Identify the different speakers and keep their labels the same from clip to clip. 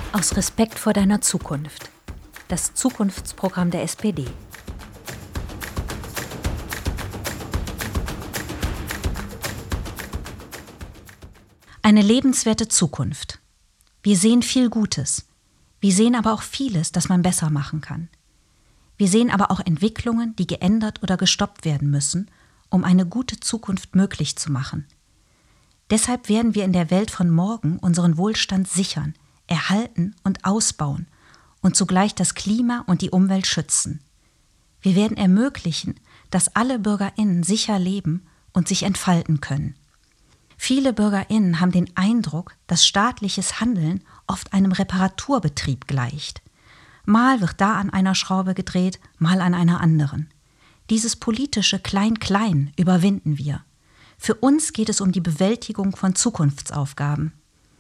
Speaker 1: Aus Respekt vor deiner Zukunft. Das Zukunftsprogramm der SPD. Eine lebenswerte Zukunft. Wir sehen viel Gutes. Wir sehen aber auch vieles, das man besser machen kann. Wir sehen aber auch Entwicklungen, die geändert oder gestoppt werden müssen, um eine gute Zukunft möglich zu machen. Deshalb werden wir in der Welt von morgen unseren Wohlstand sichern, erhalten und ausbauen und zugleich das Klima und die Umwelt schützen. Wir werden ermöglichen, dass alle BürgerInnen sicher leben und sich entfalten können. Viele BürgerInnen haben den Eindruck, dass staatliches Handeln oft einem Reparaturbetrieb gleicht. Mal wird da an einer Schraube gedreht, mal an einer anderen. Dieses politische Klein-Klein überwinden wir. Für uns geht es um die Bewältigung von Zukunftsaufgaben.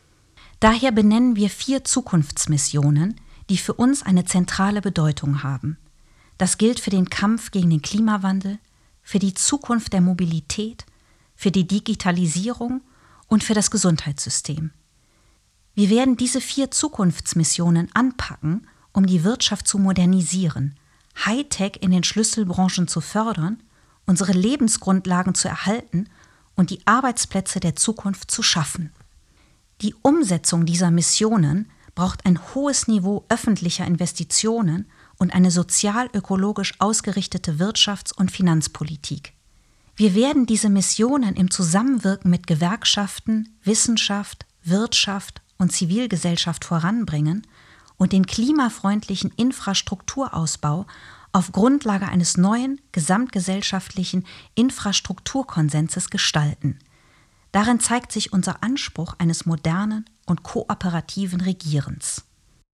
Speaker 1: Daher benennen wir 4 Zukunftsmissionen, die für uns eine zentrale Bedeutung haben. Das gilt für den Kampf gegen den Klimawandel, für die Zukunft der Mobilität, für die Digitalisierung und für das Gesundheitssystem. Wir werden diese 4 Zukunftsmissionen anpacken, um die Wirtschaft zu modernisieren, Hightech in den Schlüsselbranchen zu fördern, unsere Lebensgrundlagen zu erhalten und die Arbeitsplätze der Zukunft zu schaffen. Die Umsetzung dieser Missionen braucht ein hohes Niveau öffentlicher Investitionen und eine sozial-ökologisch ausgerichtete Wirtschafts- und Finanzpolitik. Wir werden diese Missionen im Zusammenwirken mit Gewerkschaften, Wissenschaft, Wirtschaft und Zivilgesellschaft voranbringen und den klimafreundlichen Infrastrukturausbau auf Grundlage eines neuen gesamtgesellschaftlichen Infrastrukturkonsenses gestalten. Darin zeigt sich unser Anspruch eines modernen und kooperativen Regierens.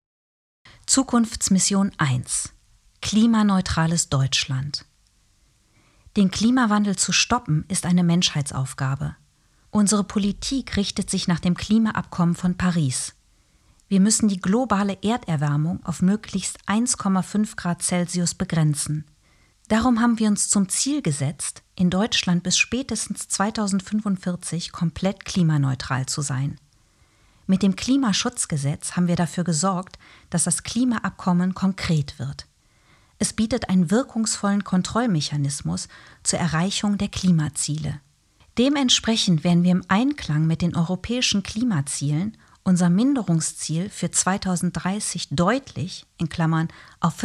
Speaker 1: Zukunftsmission 1: Klimaneutrales Deutschland. Den Klimawandel zu stoppen, ist eine Menschheitsaufgabe. Unsere Politik richtet sich nach dem Klimaabkommen von Paris. Wir müssen die globale Erderwärmung auf möglichst 1,5 Grad Celsius begrenzen. Darum haben wir uns zum Ziel gesetzt, in Deutschland bis spätestens 2045 komplett klimaneutral zu sein. Mit dem Klimaschutzgesetz haben wir dafür gesorgt, dass das Klimaabkommen konkret wird. Es bietet einen wirkungsvollen Kontrollmechanismus zur Erreichung der Klimaziele. Dementsprechend werden wir im Einklang mit den europäischen Klimazielen unser Minderungsziel für 2030 deutlich, in Klammern auf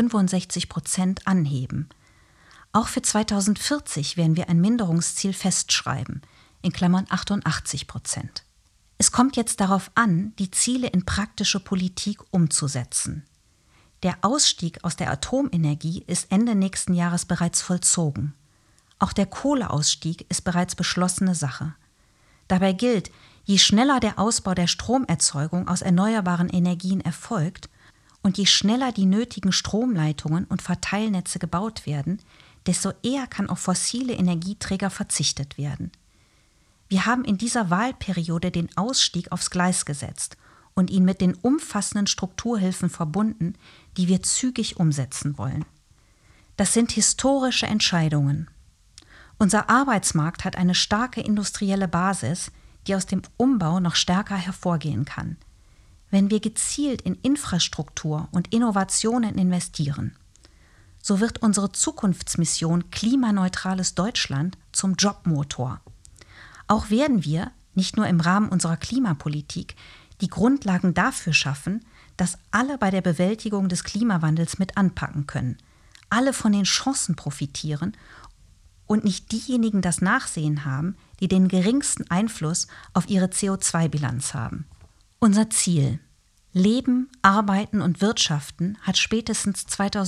Speaker 1: 65% anheben. Auch für 2040 werden wir ein Minderungsziel festschreiben, in Klammern 88%. Es kommt jetzt darauf an, die Ziele in praktische Politik umzusetzen. Der Ausstieg aus der Atomenergie ist Ende nächsten Jahres bereits vollzogen. Auch der Kohleausstieg ist bereits beschlossene Sache. Dabei gilt, je schneller der Ausbau der Stromerzeugung aus erneuerbaren Energien erfolgt und je schneller die nötigen Stromleitungen und Verteilnetze gebaut werden, desto eher kann auf fossile Energieträger verzichtet werden. Wir haben in dieser Wahlperiode den Ausstieg aufs Gleis gesetzt und ihn mit den umfassenden Strukturhilfen verbunden, die wir zügig umsetzen wollen. Das sind historische Entscheidungen. Unser Arbeitsmarkt hat eine starke industrielle Basis, die aus dem Umbau noch stärker hervorgehen kann. Wenn wir gezielt in Infrastruktur und Innovationen investieren, so wird unsere Zukunftsmission Klimaneutrales Deutschland zum Jobmotor. Auch werden wir, nicht nur im Rahmen unserer Klimapolitik, die Grundlagen dafür schaffen, dass alle bei der Bewältigung des Klimawandels mit anpacken können, alle von den Chancen profitieren und nicht diejenigen das Nachsehen haben, die den geringsten Einfluss auf ihre CO2-Bilanz haben. Unser Ziel: Leben, Arbeiten und Wirtschaften hat spätestens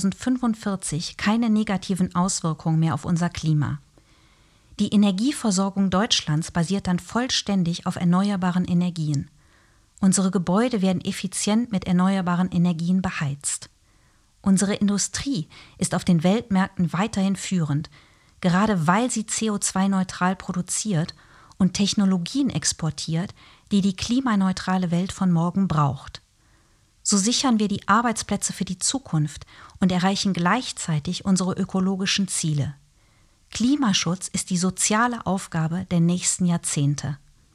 Speaker 1: 2045 keine negativen Auswirkungen mehr auf unser Klima. Die Energieversorgung Deutschlands basiert dann vollständig auf erneuerbaren Energien. Unsere Gebäude werden effizient mit erneuerbaren Energien beheizt. Unsere Industrie ist auf den Weltmärkten weiterhin führend, gerade weil sie CO2-neutral produziert und Technologien exportiert, die die klimaneutrale Welt von morgen braucht. So sichern wir die Arbeitsplätze für die Zukunft und erreichen gleichzeitig unsere ökologischen Ziele. Klimaschutz ist die soziale Aufgabe der nächsten Jahrzehnte.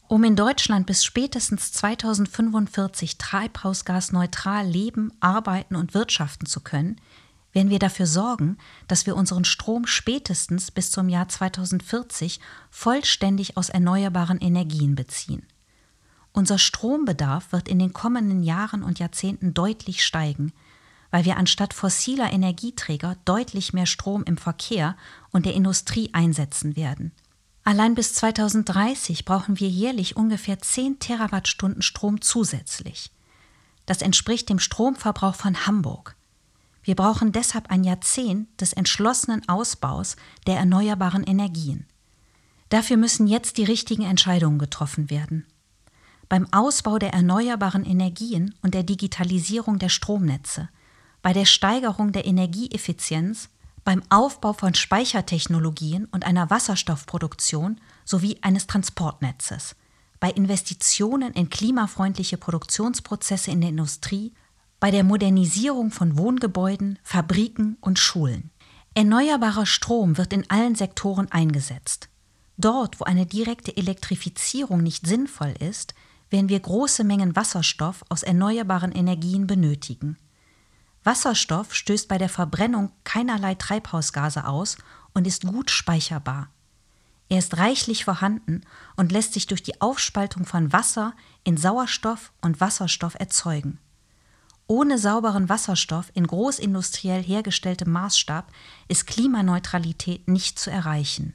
Speaker 1: Um in Deutschland bis spätestens 2045 treibhausgasneutral leben, arbeiten und wirtschaften zu können, werden wir dafür sorgen, dass wir unseren Strom spätestens bis zum Jahr 2040 vollständig aus erneuerbaren Energien beziehen. Unser Strombedarf wird in den kommenden Jahren und Jahrzehnten deutlich steigen, weil wir anstatt fossiler Energieträger deutlich mehr Strom im Verkehr und der Industrie einsetzen werden. Allein bis 2030 brauchen wir jährlich ungefähr 10 Terawattstunden Strom zusätzlich. Das entspricht dem Stromverbrauch von Hamburg. Wir brauchen deshalb ein Jahrzehnt des entschlossenen Ausbaus der erneuerbaren Energien. Dafür müssen jetzt die richtigen Entscheidungen getroffen werden. Beim Ausbau der erneuerbaren Energien und der Digitalisierung der Stromnetze, bei der Steigerung der Energieeffizienz, beim Aufbau von Speichertechnologien und einer Wasserstoffproduktion sowie eines Transportnetzes, bei Investitionen in klimafreundliche Produktionsprozesse in der Industrie, bei der Modernisierung von Wohngebäuden, Fabriken und Schulen. Erneuerbarer Strom wird in allen Sektoren eingesetzt. Dort, wo eine direkte Elektrifizierung nicht sinnvoll ist, werden wir große Mengen Wasserstoff aus erneuerbaren Energien benötigen. Wasserstoff stößt bei der Verbrennung keinerlei Treibhausgase aus und ist gut speicherbar. Er ist reichlich vorhanden und lässt sich durch die Aufspaltung von Wasser in Sauerstoff und Wasserstoff erzeugen. Ohne sauberen Wasserstoff in großindustriell hergestelltem Maßstab ist Klimaneutralität nicht zu erreichen.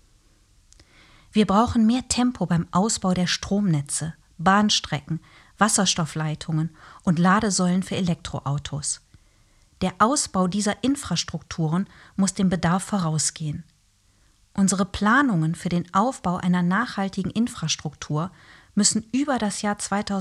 Speaker 1: Wir brauchen mehr Tempo beim Ausbau der Stromnetze, Bahnstrecken, Wasserstoffleitungen und Ladesäulen für Elektroautos. Der Ausbau dieser Infrastrukturen muss dem Bedarf vorausgehen. Unsere Planungen für den Aufbau einer nachhaltigen Infrastruktur müssen über das Jahr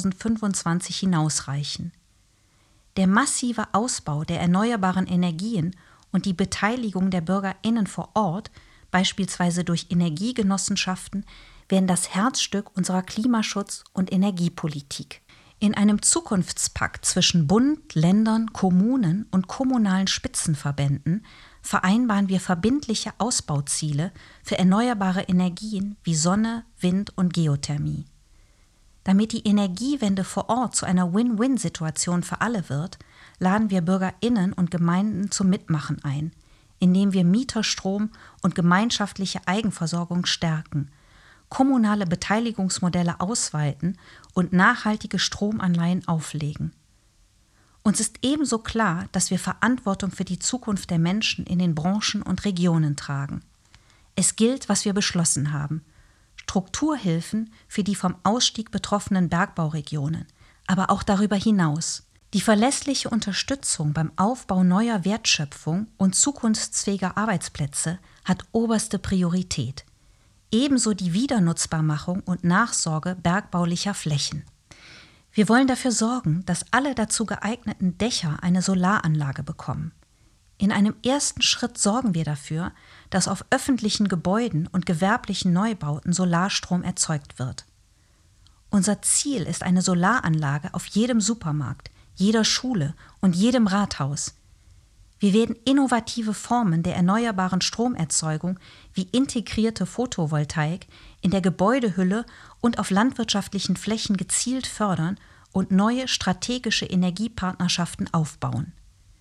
Speaker 1: 2025 hinausreichen. Der massive Ausbau der erneuerbaren Energien und die Beteiligung der BürgerInnen vor Ort, beispielsweise durch Energiegenossenschaften, werden das Herzstück unserer Klimaschutz- und Energiepolitik. In einem Zukunftspakt zwischen Bund, Ländern, Kommunen und kommunalen Spitzenverbänden vereinbaren wir verbindliche Ausbauziele für erneuerbare Energien wie Sonne, Wind und Geothermie. Damit die Energiewende vor Ort zu einer Win-Win-Situation für alle wird, laden wir BürgerInnen und Gemeinden zum Mitmachen ein, indem wir Mieterstrom und gemeinschaftliche Eigenversorgung stärken, kommunale Beteiligungsmodelle ausweiten und nachhaltige Stromanleihen auflegen. Uns ist ebenso klar, dass wir Verantwortung für die Zukunft der Menschen in den Branchen und Regionen tragen. Es gilt, was wir beschlossen haben: Strukturhilfen für die vom Ausstieg betroffenen Bergbauregionen, aber auch darüber hinaus. Die verlässliche Unterstützung beim Aufbau neuer Wertschöpfung und zukunftsfähiger Arbeitsplätze hat oberste Priorität. Ebenso die Wiedernutzbarmachung und Nachsorge bergbaulicher Flächen. Wir wollen dafür sorgen, dass alle dazu geeigneten Dächer eine Solaranlage bekommen. In einem ersten Schritt sorgen wir dafür, dass auf öffentlichen Gebäuden und gewerblichen Neubauten Solarstrom erzeugt wird. Unser Ziel ist eine Solaranlage auf jedem Supermarkt, jeder Schule und jedem Rathaus. Wir werden innovative Formen der erneuerbaren Stromerzeugung wie integrierte Photovoltaik in der Gebäudehülle und auf landwirtschaftlichen Flächen gezielt fördern und neue strategische Energiepartnerschaften aufbauen.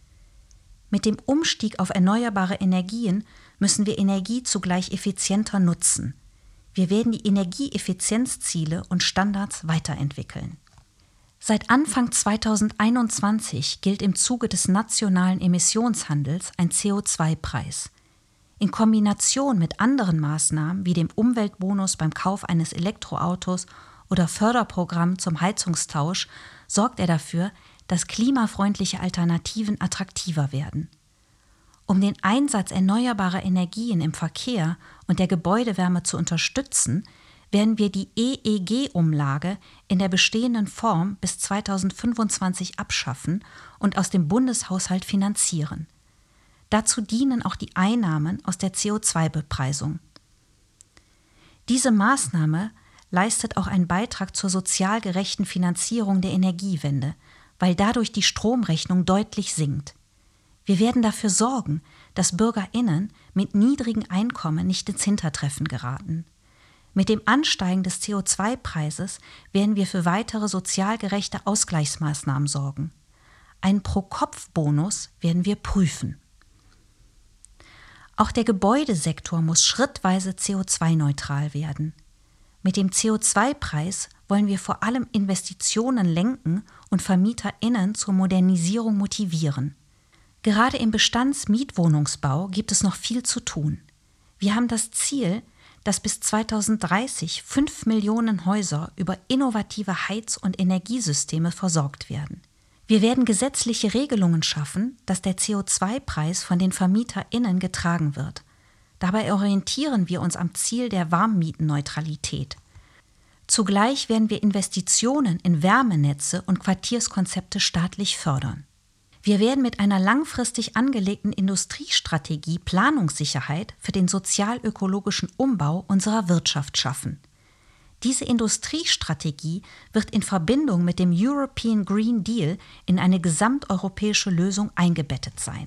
Speaker 1: Mit dem Umstieg auf erneuerbare Energien müssen wir Energie zugleich effizienter nutzen. Wir werden die Energieeffizienzziele und Standards weiterentwickeln. Seit Anfang 2021 gilt im Zuge des nationalen Emissionshandels ein CO2-Preis. In Kombination mit anderen Maßnahmen wie dem Umweltbonus beim Kauf eines Elektroautos oder Förderprogramm zum Heizungstausch sorgt er dafür, dass klimafreundliche Alternativen attraktiver werden. Um den Einsatz erneuerbarer Energien im Verkehr und der Gebäudewärme zu unterstützen, werden wir die EEG-Umlage in der bestehenden Form bis 2025 abschaffen und aus dem Bundeshaushalt finanzieren. Dazu dienen auch die Einnahmen aus der CO2-Bepreisung. Diese Maßnahme leistet auch einen Beitrag zur sozial gerechten Finanzierung der Energiewende, weil dadurch die Stromrechnung deutlich sinkt. Wir werden dafür sorgen, dass BürgerInnen mit niedrigen Einkommen nicht ins Hintertreffen geraten. Mit dem Ansteigen des CO2-Preises werden wir für weitere sozial gerechte Ausgleichsmaßnahmen sorgen. Einen Pro-Kopf-Bonus werden wir prüfen. Auch der Gebäudesektor muss schrittweise CO2-neutral werden. Mit dem CO2-Preis wollen wir vor allem Investitionen lenken und VermieterInnen zur Modernisierung motivieren. Gerade im Bestandsmietwohnungsbau gibt es noch viel zu tun. Wir haben das Ziel, dass bis 2030 5 Millionen Häuser über innovative Heiz- und Energiesysteme versorgt werden. Wir werden gesetzliche Regelungen schaffen, dass der CO2-Preis von den VermieterInnen getragen wird. Dabei orientieren wir uns am Ziel der Warmmietenneutralität. Zugleich werden wir Investitionen in Wärmenetze und Quartierskonzepte staatlich fördern. Wir werden mit einer langfristig angelegten Industriestrategie Planungssicherheit für den sozial-ökologischen Umbau unserer Wirtschaft schaffen. Diese Industriestrategie wird in Verbindung mit dem European Green Deal in eine gesamteuropäische Lösung eingebettet sein.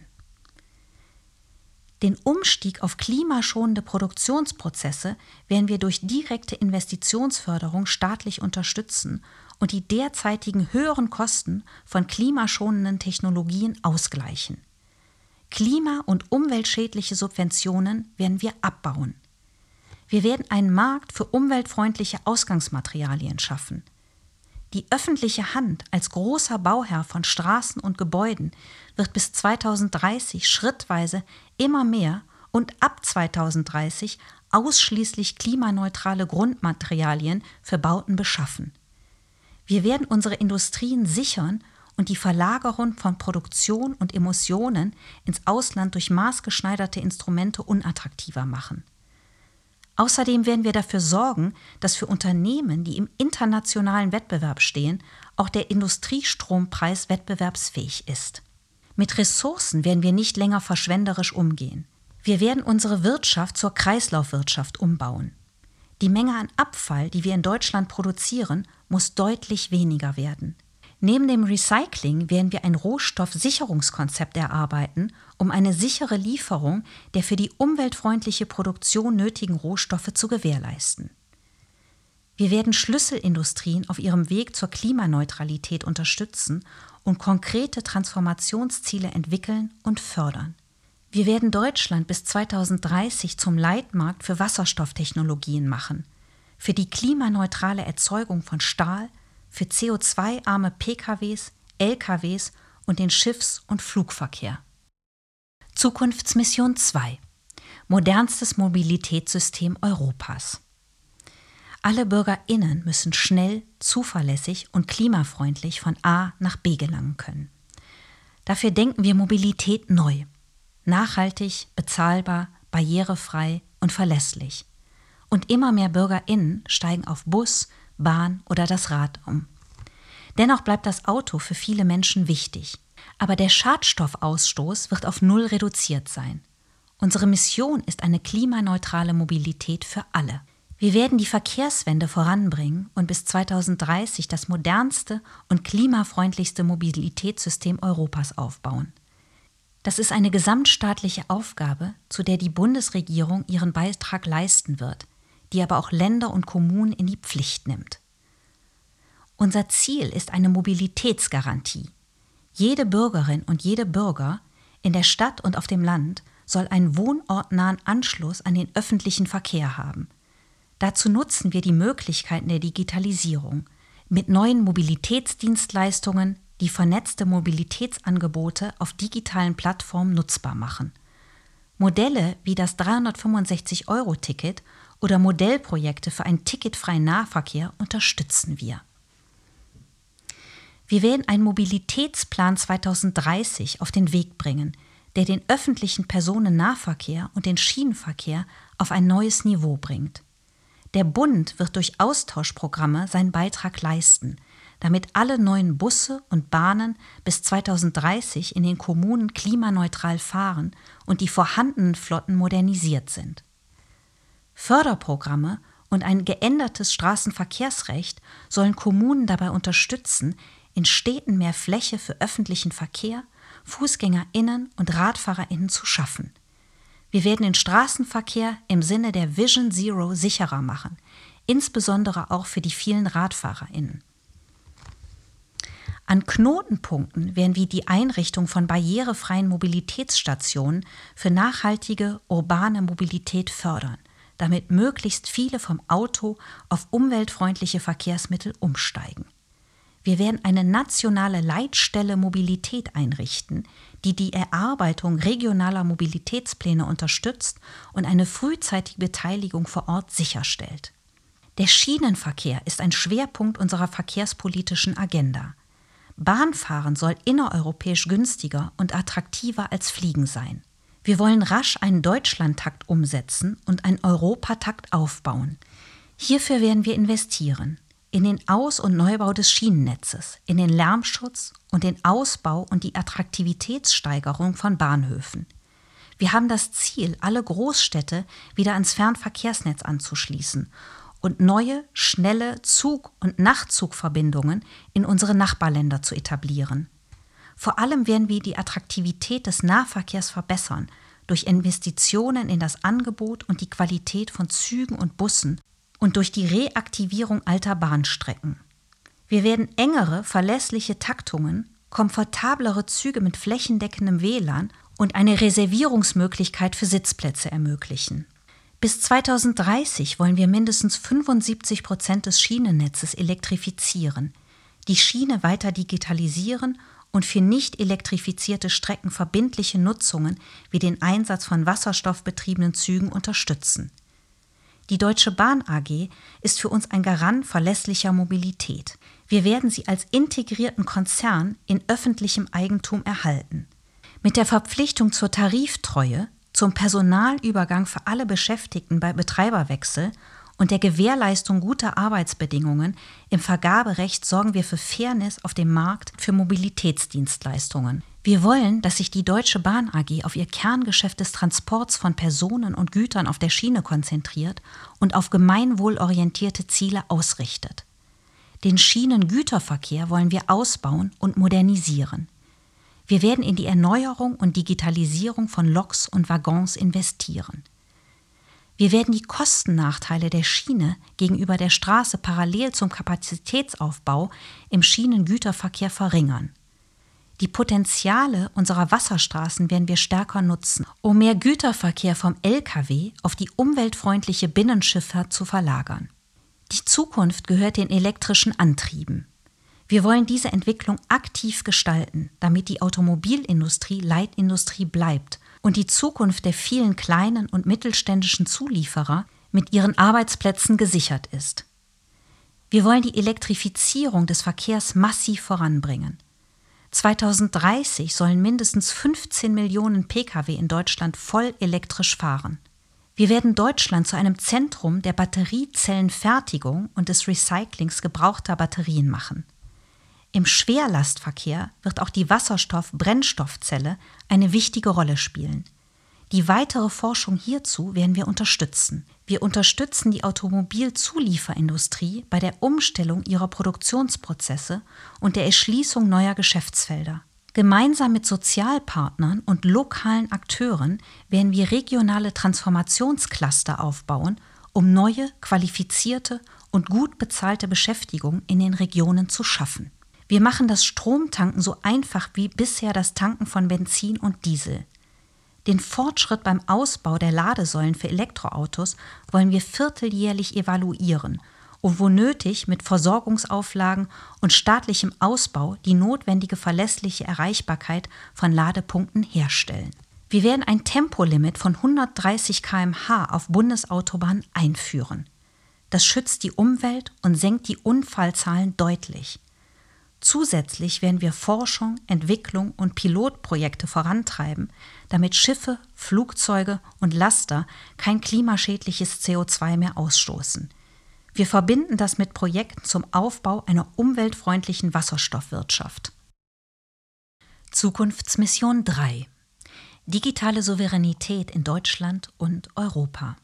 Speaker 1: Den Umstieg auf klimaschonende Produktionsprozesse werden wir durch direkte Investitionsförderung staatlich unterstützen und die derzeitigen höheren Kosten von klimaschonenden Technologien ausgleichen. Klima- und umweltschädliche Subventionen werden wir abbauen. Wir werden einen Markt für umweltfreundliche Ausgangsmaterialien schaffen. Die öffentliche Hand als großer Bauherr von Straßen und Gebäuden wird bis 2030 schrittweise immer mehr und ab 2030 ausschließlich klimaneutrale Grundmaterialien für Bauten beschaffen. Wir werden unsere Industrien sichern und die Verlagerung von Produktion und Emissionen ins Ausland durch maßgeschneiderte Instrumente unattraktiver machen. Außerdem werden wir dafür sorgen, dass für Unternehmen, die im internationalen Wettbewerb stehen, auch der Industriestrompreis wettbewerbsfähig ist. Mit Ressourcen werden wir nicht länger verschwenderisch umgehen. Wir werden unsere Wirtschaft zur Kreislaufwirtschaft umbauen. Die Menge an Abfall, die wir in Deutschland produzieren, muss deutlich weniger werden. Neben dem Recycling werden wir ein Rohstoffsicherungskonzept erarbeiten, um eine sichere Lieferung der für die umweltfreundliche Produktion nötigen Rohstoffe zu gewährleisten. Wir werden Schlüsselindustrien auf ihrem Weg zur Klimaneutralität unterstützen und konkrete Transformationsziele entwickeln und fördern. Wir werden Deutschland bis 2030 zum Leitmarkt für Wasserstofftechnologien machen, für die klimaneutrale Erzeugung von Stahl, für CO2-arme PKWs, LKWs und den Schiffs- und Flugverkehr. Zukunftsmission 2 – Modernstes Mobilitätssystem Europas. Alle BürgerInnen müssen schnell, zuverlässig und klimafreundlich von A nach B gelangen können. Dafür denken wir Mobilität neu. Nachhaltig, bezahlbar, barrierefrei und verlässlich. Und immer mehr BürgerInnen steigen auf Bus, Bahn oder das Rad um. Dennoch bleibt das Auto für viele Menschen wichtig. Aber der Schadstoffausstoß wird auf 0 reduziert sein. Unsere Mission ist eine klimaneutrale Mobilität für alle. Wir werden die Verkehrswende voranbringen und bis 2030 das modernste und klimafreundlichste Mobilitätssystem Europas aufbauen. Das ist eine gesamtstaatliche Aufgabe, zu der die Bundesregierung ihren Beitrag leisten wird, die aber auch Länder und Kommunen in die Pflicht nimmt. Unser Ziel ist eine Mobilitätsgarantie. Jede Bürgerin und jeder Bürger in der Stadt und auf dem Land soll einen wohnortnahen Anschluss an den öffentlichen Verkehr haben. Dazu nutzen wir die Möglichkeiten der Digitalisierung mit neuen Mobilitätsdienstleistungen, die vernetzte Mobilitätsangebote auf digitalen Plattformen nutzbar machen. Modelle wie das 365-Euro-Ticket oder Modellprojekte für einen ticketfreien Nahverkehr unterstützen wir. Wir werden einen Mobilitätsplan 2030 auf den Weg bringen, der den öffentlichen Personennahverkehr und den Schienenverkehr auf ein neues Niveau bringt. Der Bund wird durch Austauschprogramme seinen Beitrag leisten, damit alle neuen Busse und Bahnen bis 2030 in den Kommunen klimaneutral fahren und die vorhandenen Flotten modernisiert sind. Förderprogramme und ein geändertes Straßenverkehrsrecht sollen Kommunen dabei unterstützen, in Städten mehr Fläche für öffentlichen Verkehr, FußgängerInnen und RadfahrerInnen zu schaffen. Wir werden den Straßenverkehr im Sinne der Vision Zero sicherer machen, insbesondere auch für die vielen RadfahrerInnen. An Knotenpunkten werden wir die Einrichtung von barrierefreien Mobilitätsstationen für nachhaltige urbane Mobilität fördern, damit möglichst viele vom Auto auf umweltfreundliche Verkehrsmittel umsteigen. Wir werden eine nationale Leitstelle Mobilität einrichten, die die Erarbeitung regionaler Mobilitätspläne unterstützt und eine frühzeitige Beteiligung vor Ort sicherstellt. Der Schienenverkehr ist ein Schwerpunkt unserer verkehrspolitischen Agenda. Bahnfahren soll innereuropäisch günstiger und attraktiver als Fliegen sein. Wir wollen rasch einen Deutschlandtakt umsetzen und einen Europatakt aufbauen. Hierfür werden wir investieren in den Aus- und Neubau des Schienennetzes, in den Lärmschutz und den Ausbau und die Attraktivitätssteigerung von Bahnhöfen. Wir haben das Ziel, alle Großstädte wieder ans Fernverkehrsnetz anzuschließen und neue, schnelle Zug- und Nachtzugverbindungen in unsere Nachbarländer zu etablieren. Vor allem werden wir die Attraktivität des Nahverkehrs verbessern durch Investitionen in das Angebot und die Qualität von Zügen und Bussen und durch die Reaktivierung alter Bahnstrecken. Wir werden engere, verlässliche Taktungen, komfortablere Züge mit flächendeckendem WLAN und eine Reservierungsmöglichkeit für Sitzplätze ermöglichen. Bis 2030 wollen wir mindestens 75% des Schienennetzes elektrifizieren, die Schiene weiter digitalisieren und für nicht elektrifizierte Strecken verbindliche Nutzungen wie den Einsatz von wasserstoffbetriebenen Zügen unterstützen. Die Deutsche Bahn AG ist für uns ein Garant verlässlicher Mobilität. Wir werden sie als integrierten Konzern in öffentlichem Eigentum erhalten. Mit der Verpflichtung zur Tariftreue, zum Personalübergang für alle Beschäftigten bei Betreiberwechsel und der Gewährleistung guter Arbeitsbedingungen im Vergaberecht sorgen wir für Fairness auf dem Markt für Mobilitätsdienstleistungen. Wir wollen, dass sich die Deutsche Bahn AG auf ihr Kerngeschäft des Transports von Personen und Gütern auf der Schiene konzentriert und auf gemeinwohlorientierte Ziele ausrichtet. Den Schienengüterverkehr wollen wir ausbauen und modernisieren. Wir werden in die Erneuerung und Digitalisierung von Loks und Waggons investieren. Wir werden die Kostennachteile der Schiene gegenüber der Straße parallel zum Kapazitätsaufbau im Schienengüterverkehr verringern. Die Potenziale unserer Wasserstraßen werden wir stärker nutzen, um mehr Güterverkehr vom Lkw auf die umweltfreundliche Binnenschifffahrt zu verlagern. Die Zukunft gehört den elektrischen Antrieben. Wir wollen diese Entwicklung aktiv gestalten, damit die Automobilindustrie Leitindustrie bleibt und die Zukunft der vielen kleinen und mittelständischen Zulieferer mit ihren Arbeitsplätzen gesichert ist. Wir wollen die Elektrifizierung des Verkehrs massiv voranbringen. 2030 sollen mindestens 15 Millionen Pkw in Deutschland voll elektrisch fahren. Wir werden Deutschland zu einem Zentrum der Batteriezellenfertigung und des Recyclings gebrauchter Batterien machen. Im Schwerlastverkehr wird auch die Wasserstoff-Brennstoffzelle eine wichtige Rolle spielen. Die weitere Forschung hierzu werden wir unterstützen. Wir unterstützen die Automobilzulieferindustrie bei der Umstellung ihrer Produktionsprozesse und der Erschließung neuer Geschäftsfelder. Gemeinsam mit Sozialpartnern und lokalen Akteuren werden wir regionale Transformationscluster aufbauen, um neue, qualifizierte und gut bezahlte Beschäftigung in den Regionen zu schaffen. Wir machen das Stromtanken so einfach wie bisher das Tanken von Benzin und Diesel. Den Fortschritt beim Ausbau der Ladesäulen für Elektroautos wollen wir vierteljährlich evaluieren und wo nötig mit Versorgungsauflagen und staatlichem Ausbau die notwendige verlässliche Erreichbarkeit von Ladepunkten herstellen. Wir werden ein Tempolimit von 130 km/h auf Bundesautobahnen einführen. Das schützt die Umwelt und senkt die Unfallzahlen deutlich. Zusätzlich werden wir Forschung, Entwicklung und Pilotprojekte vorantreiben, damit Schiffe, Flugzeuge und Laster kein klimaschädliches CO2 mehr ausstoßen. Wir verbinden das mit Projekten zum Aufbau einer umweltfreundlichen Wasserstoffwirtschaft. Zukunftsmission 3: Digitale Souveränität in Deutschland und Europa.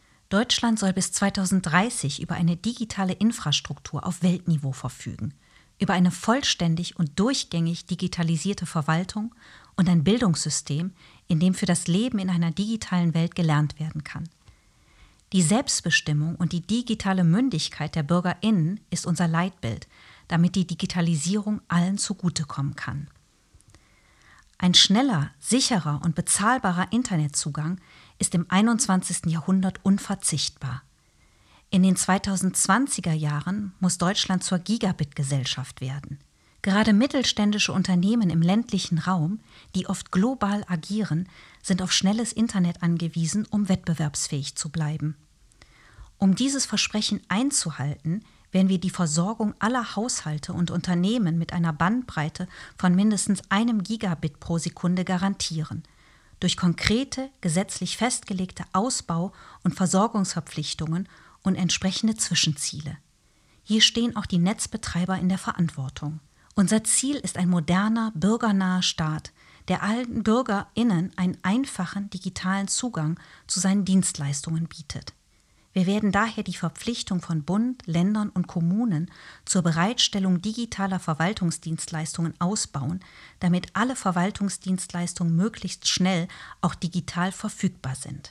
Speaker 1: Deutschland soll bis 2030 über eine digitale Infrastruktur auf Weltniveau verfügen. über eine vollständig und durchgängig digitalisierte Verwaltung und ein Bildungssystem, in dem für das Leben in einer digitalen Welt gelernt werden kann. Die Selbstbestimmung und die digitale Mündigkeit der BürgerInnen ist unser Leitbild, damit die Digitalisierung allen zugutekommen kann. Ein schneller, sicherer und bezahlbarer Internetzugang ist im 21. Jahrhundert unverzichtbar. In den 2020er Jahren muss Deutschland zur Gigabit-Gesellschaft werden. Gerade mittelständische Unternehmen im ländlichen Raum, die oft global agieren, sind auf schnelles Internet angewiesen, um wettbewerbsfähig zu bleiben. Um dieses Versprechen einzuhalten, werden wir die Versorgung aller Haushalte und Unternehmen mit einer Bandbreite von mindestens 1 Gigabit pro Sekunde garantieren, durch konkrete, gesetzlich festgelegte Ausbau- und Versorgungsverpflichtungen und entsprechende Zwischenziele. Hier stehen auch die Netzbetreiber in der Verantwortung. Unser Ziel ist ein moderner, bürgernaher Staat, der allen BürgerInnen einen einfachen digitalen Zugang zu seinen Dienstleistungen bietet. Wir werden daher die Verpflichtung von Bund, Ländern und Kommunen zur Bereitstellung digitaler Verwaltungsdienstleistungen ausbauen, damit alle Verwaltungsdienstleistungen möglichst schnell auch digital verfügbar sind.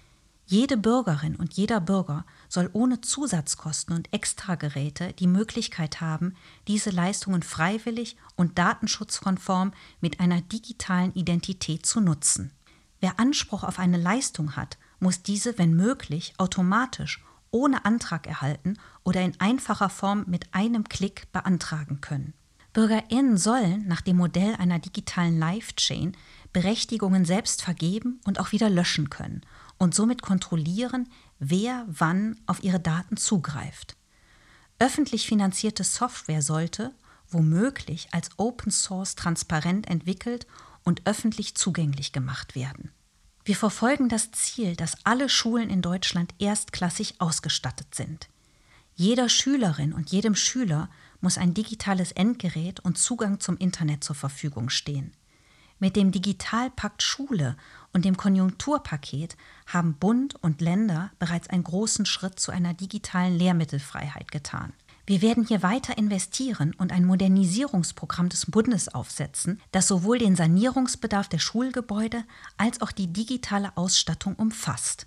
Speaker 1: Jede Bürgerin und jeder Bürger soll ohne Zusatzkosten und Extrageräte die Möglichkeit haben, diese Leistungen freiwillig und datenschutzkonform mit einer digitalen Identität zu nutzen. Wer Anspruch auf eine Leistung hat, muss diese, wenn möglich, automatisch ohne Antrag erhalten oder in einfacher Form mit einem Klick beantragen können. BürgerInnen sollen nach dem Modell einer digitalen Life-Chain Berechtigungen selbst vergeben und auch wieder löschen können und somit kontrollieren, wer wann auf ihre Daten zugreift. Öffentlich finanzierte Software sollte, womöglich, als Open Source transparent entwickelt und öffentlich zugänglich gemacht werden. Wir verfolgen das Ziel, dass alle Schulen in Deutschland erstklassig ausgestattet sind. Jeder Schülerin und jedem Schüler muss ein digitales Endgerät und Zugang zum Internet zur Verfügung stehen. Mit dem Digitalpakt Schule und dem Konjunkturpaket haben Bund und Länder bereits einen großen Schritt zu einer digitalen Lehrmittelfreiheit getan. Wir werden hier weiter investieren und ein Modernisierungsprogramm des Bundes aufsetzen, das sowohl den Sanierungsbedarf der Schulgebäude als auch die digitale Ausstattung umfasst.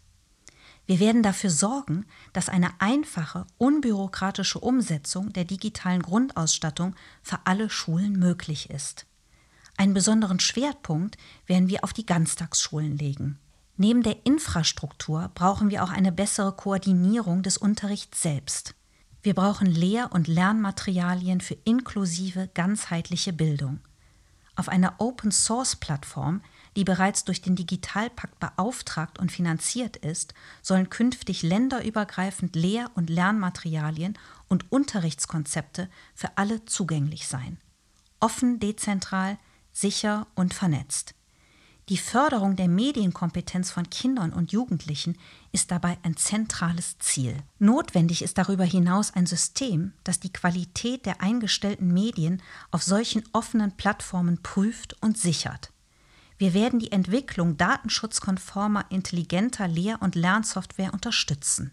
Speaker 1: Wir werden dafür sorgen, dass eine einfache, unbürokratische Umsetzung der digitalen Grundausstattung für alle Schulen möglich ist. Einen besonderen Schwerpunkt werden wir auf die Ganztagsschulen legen. Neben der Infrastruktur brauchen wir auch eine bessere Koordinierung des Unterrichts selbst. Wir brauchen Lehr- und Lernmaterialien für inklusive, ganzheitliche Bildung. Auf einer Open-Source-Plattform, die bereits durch den Digitalpakt beauftragt und finanziert ist, sollen künftig länderübergreifend Lehr- und Lernmaterialien und Unterrichtskonzepte für alle zugänglich sein. Offen, dezentral, sicher und vernetzt. Die Förderung der Medienkompetenz von Kindern und Jugendlichen ist dabei ein zentrales Ziel. Notwendig ist darüber hinaus ein System, das die Qualität der eingestellten Medien auf solchen offenen Plattformen prüft und sichert. Wir werden die Entwicklung datenschutzkonformer, intelligenter Lehr- und Lernsoftware unterstützen.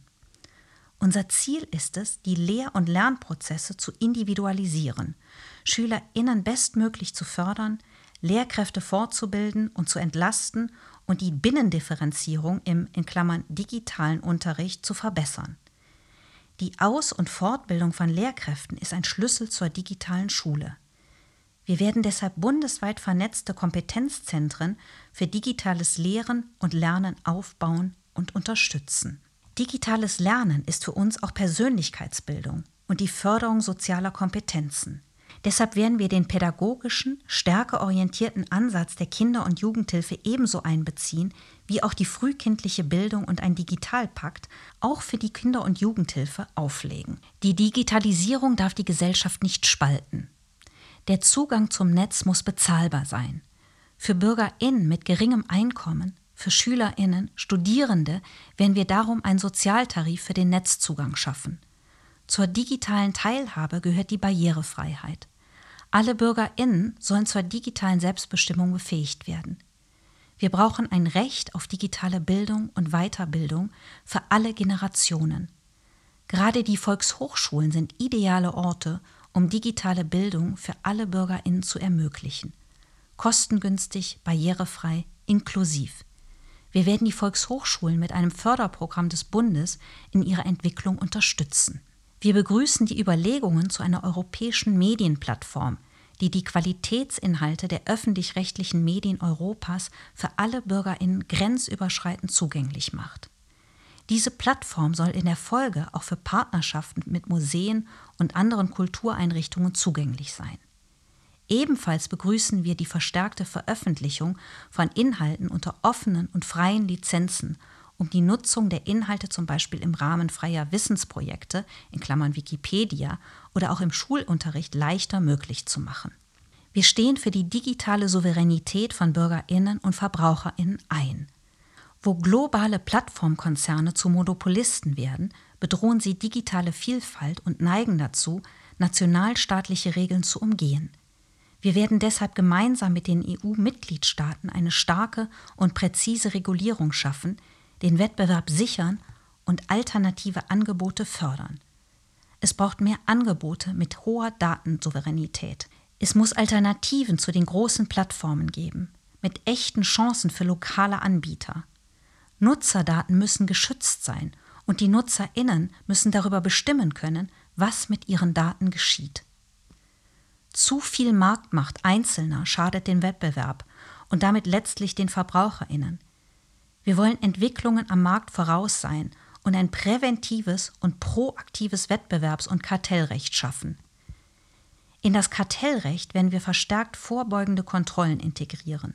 Speaker 1: Unser Ziel ist es, die Lehr- und Lernprozesse zu individualisieren, SchülerInnen bestmöglich zu fördern, Lehrkräfte fortzubilden und zu entlasten und die Binnendifferenzierung im (digitalen) Unterricht zu verbessern. Die Aus- und Fortbildung von Lehrkräften ist ein Schlüssel zur digitalen Schule. Wir werden deshalb bundesweit vernetzte Kompetenzzentren für digitales Lehren und Lernen aufbauen und unterstützen. Digitales Lernen ist für uns auch Persönlichkeitsbildung und die Förderung sozialer Kompetenzen. Deshalb werden wir den pädagogischen, stärkeorientierten Ansatz der Kinder- und Jugendhilfe ebenso einbeziehen, wie auch die frühkindliche Bildung und ein Digitalpakt auch für die Kinder- und Jugendhilfe auflegen. Die Digitalisierung darf die Gesellschaft nicht spalten. Der Zugang zum Netz muss bezahlbar sein. Für BürgerInnen mit geringem Einkommen, für SchülerInnen, Studierende werden wir darum einen Sozialtarif für den Netzzugang schaffen. Zur digitalen Teilhabe gehört die Barrierefreiheit. Alle BürgerInnen sollen zur digitalen Selbstbestimmung befähigt werden. Wir brauchen ein Recht auf digitale Bildung und Weiterbildung für alle Generationen. Gerade die Volkshochschulen sind ideale Orte, um digitale Bildung für alle BürgerInnen zu ermöglichen. Kostengünstig, barrierefrei, inklusiv. Wir werden die Volkshochschulen mit einem Förderprogramm des Bundes in ihrer Entwicklung unterstützen. Wir begrüßen die Überlegungen zu einer europäischen Medienplattform, die die Qualitätsinhalte der öffentlich-rechtlichen Medien Europas für alle BürgerInnen grenzüberschreitend zugänglich macht. Diese Plattform soll in der Folge auch für Partnerschaften mit Museen und anderen Kultureinrichtungen zugänglich sein. Ebenfalls begrüßen wir die verstärkte Veröffentlichung von Inhalten unter offenen und freien Lizenzen, um die Nutzung der Inhalte zum Beispiel im Rahmen freier Wissensprojekte in Klammern Wikipedia oder auch im Schulunterricht leichter möglich zu machen. Wir stehen für die digitale Souveränität von BürgerInnen und VerbraucherInnen ein. Wo globale Plattformkonzerne zu Monopolisten werden, bedrohen sie digitale Vielfalt und neigen dazu, nationalstaatliche Regeln zu umgehen. Wir werden deshalb gemeinsam mit den EU-Mitgliedstaaten eine starke und präzise Regulierung schaffen, den Wettbewerb sichern und alternative Angebote fördern. Es braucht mehr Angebote mit hoher Datensouveränität. Es muss Alternativen zu den großen Plattformen geben, mit echten Chancen für lokale Anbieter. Nutzerdaten müssen geschützt sein und die NutzerInnen müssen darüber bestimmen können, was mit ihren Daten geschieht. Zu viel Marktmacht Einzelner schadet dem Wettbewerb und damit letztlich den VerbraucherInnen. Wir wollen Entwicklungen am Markt voraus sein und ein präventives und proaktives Wettbewerbs- und Kartellrecht schaffen. In das Kartellrecht werden wir verstärkt vorbeugende Kontrollen integrieren.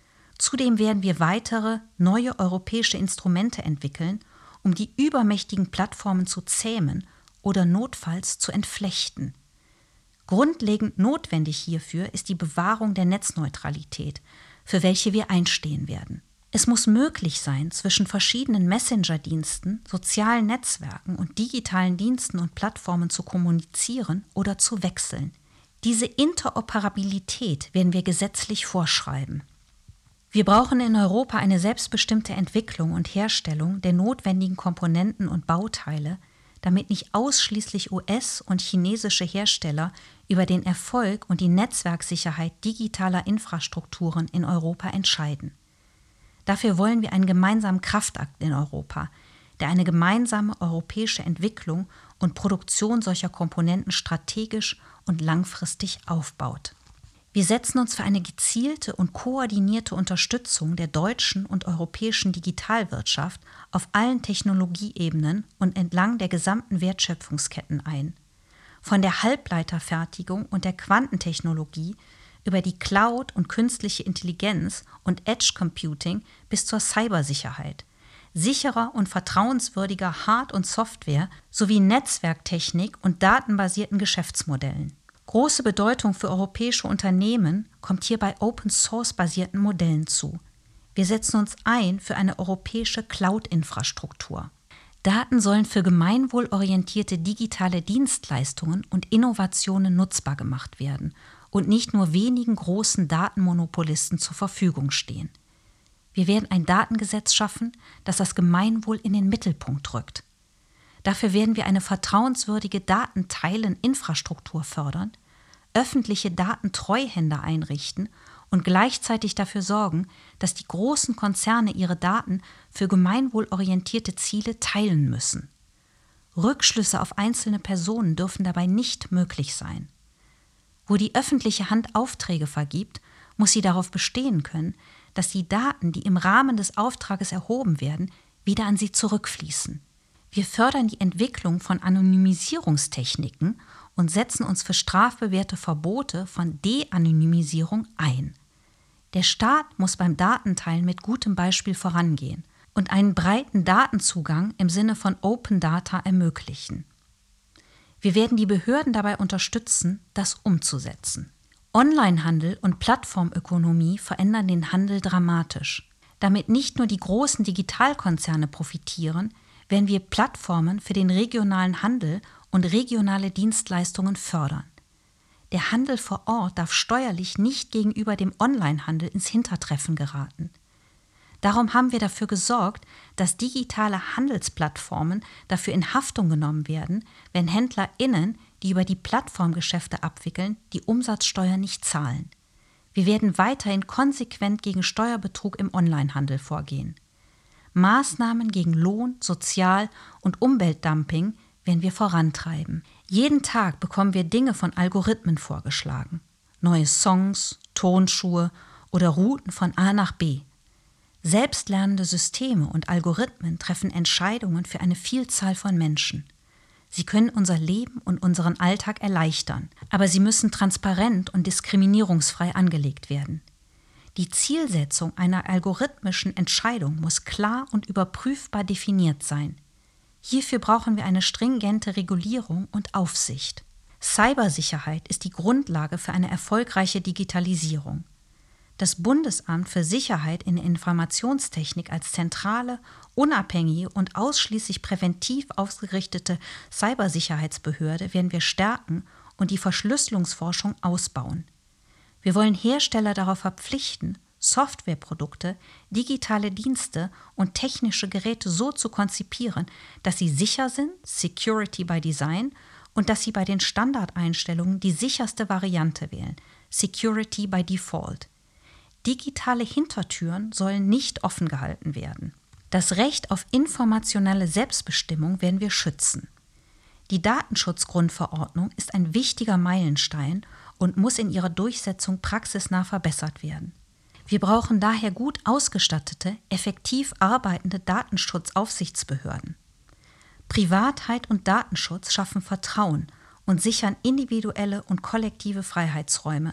Speaker 1: Zudem werden wir weitere, neue europäische Instrumente entwickeln, um die übermächtigen Plattformen zu zähmen oder notfalls zu entflechten. Grundlegend notwendig hierfür ist die Bewahrung der Netzneutralität, für welche wir einstehen werden. Es muss möglich sein, zwischen verschiedenen Messenger-Diensten, sozialen Netzwerken und digitalen Diensten und Plattformen zu kommunizieren oder zu wechseln. Diese Interoperabilität werden wir gesetzlich vorschreiben. Wir brauchen in Europa eine selbstbestimmte Entwicklung und Herstellung der notwendigen Komponenten und Bauteile, damit nicht ausschließlich US- und chinesische Hersteller über den Erfolg und die Netzwerksicherheit digitaler Infrastrukturen in Europa entscheiden. Dafür wollen wir einen gemeinsamen Kraftakt in Europa, der eine gemeinsame europäische Entwicklung und Produktion solcher Komponenten strategisch und langfristig aufbaut. Wir setzen uns für eine gezielte und koordinierte Unterstützung der deutschen und europäischen Digitalwirtschaft auf allen Technologieebenen und entlang der gesamten Wertschöpfungsketten ein. Von der Halbleiterfertigung und der Quantentechnologie über die Cloud und künstliche Intelligenz und Edge Computing bis zur Cybersicherheit, sicherer und vertrauenswürdiger Hard- und Software sowie Netzwerktechnik und datenbasierten Geschäftsmodellen. Große Bedeutung für europäische Unternehmen kommt hier bei Open-Source-basierten Modellen zu. Wir setzen uns ein für eine europäische Cloud-Infrastruktur. Daten sollen für gemeinwohlorientierte digitale Dienstleistungen und Innovationen nutzbar gemacht werden und nicht nur wenigen großen Datenmonopolisten zur Verfügung stehen. Wir werden ein Datengesetz schaffen, das das Gemeinwohl in den Mittelpunkt rückt. Dafür werden wir eine vertrauenswürdige Datenteilen-Infrastruktur fördern, öffentliche Datentreuhänder einrichten und gleichzeitig dafür sorgen, dass die großen Konzerne ihre Daten für gemeinwohlorientierte Ziele teilen müssen. Rückschlüsse auf einzelne Personen dürfen dabei nicht möglich sein. Wo die öffentliche Hand Aufträge vergibt, muss sie darauf bestehen können, dass die Daten, die im Rahmen des Auftrages erhoben werden, wieder an sie zurückfließen. Wir fördern die Entwicklung von Anonymisierungstechniken und setzen uns für strafbewährte Verbote von De-Anonymisierung ein. Der Staat muss beim Datenteilen mit gutem Beispiel vorangehen und einen breiten Datenzugang im Sinne von Open Data ermöglichen. Wir werden die Behörden dabei unterstützen, das umzusetzen. Onlinehandel und Plattformökonomie verändern den Handel dramatisch. Damit nicht nur die großen Digitalkonzerne profitieren, werden wir Plattformen für den regionalen Handel und regionale Dienstleistungen fördern. Der Handel vor Ort darf steuerlich nicht gegenüber dem Onlinehandel ins Hintertreffen geraten. Darum haben wir dafür gesorgt, dass digitale Handelsplattformen dafür in Haftung genommen werden, wenn HändlerInnen, die über die Plattformgeschäfte abwickeln, die Umsatzsteuer nicht zahlen. Wir werden weiterhin konsequent gegen Steuerbetrug im Onlinehandel vorgehen. Maßnahmen gegen Lohn-, Sozial- und Umweltdumping werden wir vorantreiben. Jeden Tag bekommen wir Dinge von Algorithmen vorgeschlagen. Neue Songs, Tonschuhe oder Routen von A nach B. Selbstlernende Systeme und Algorithmen treffen Entscheidungen für eine Vielzahl von Menschen. Sie können unser Leben und unseren Alltag erleichtern, aber sie müssen transparent und diskriminierungsfrei angelegt werden. Die Zielsetzung einer algorithmischen Entscheidung muss klar und überprüfbar definiert sein. Hierfür brauchen wir eine stringente Regulierung und Aufsicht. Cybersicherheit ist die Grundlage für eine erfolgreiche Digitalisierung. Das Bundesamt für Sicherheit in der Informationstechnik als zentrale, unabhängige und ausschließlich präventiv ausgerichtete Cybersicherheitsbehörde werden wir stärken und die Verschlüsselungsforschung ausbauen. Wir wollen Hersteller darauf verpflichten, Softwareprodukte, digitale Dienste und technische Geräte so zu konzipieren, dass sie sicher sind, Security by Design, und dass sie bei den Standardeinstellungen die sicherste Variante wählen, Security by Default. Digitale Hintertüren sollen nicht offen gehalten werden. Das Recht auf informationelle Selbstbestimmung werden wir schützen. Die Datenschutzgrundverordnung ist ein wichtiger Meilenstein und muss in ihrer Durchsetzung praxisnah verbessert werden. Wir brauchen daher gut ausgestattete, effektiv arbeitende Datenschutzaufsichtsbehörden. Privatheit und Datenschutz schaffen Vertrauen und sichern individuelle und kollektive Freiheitsräume.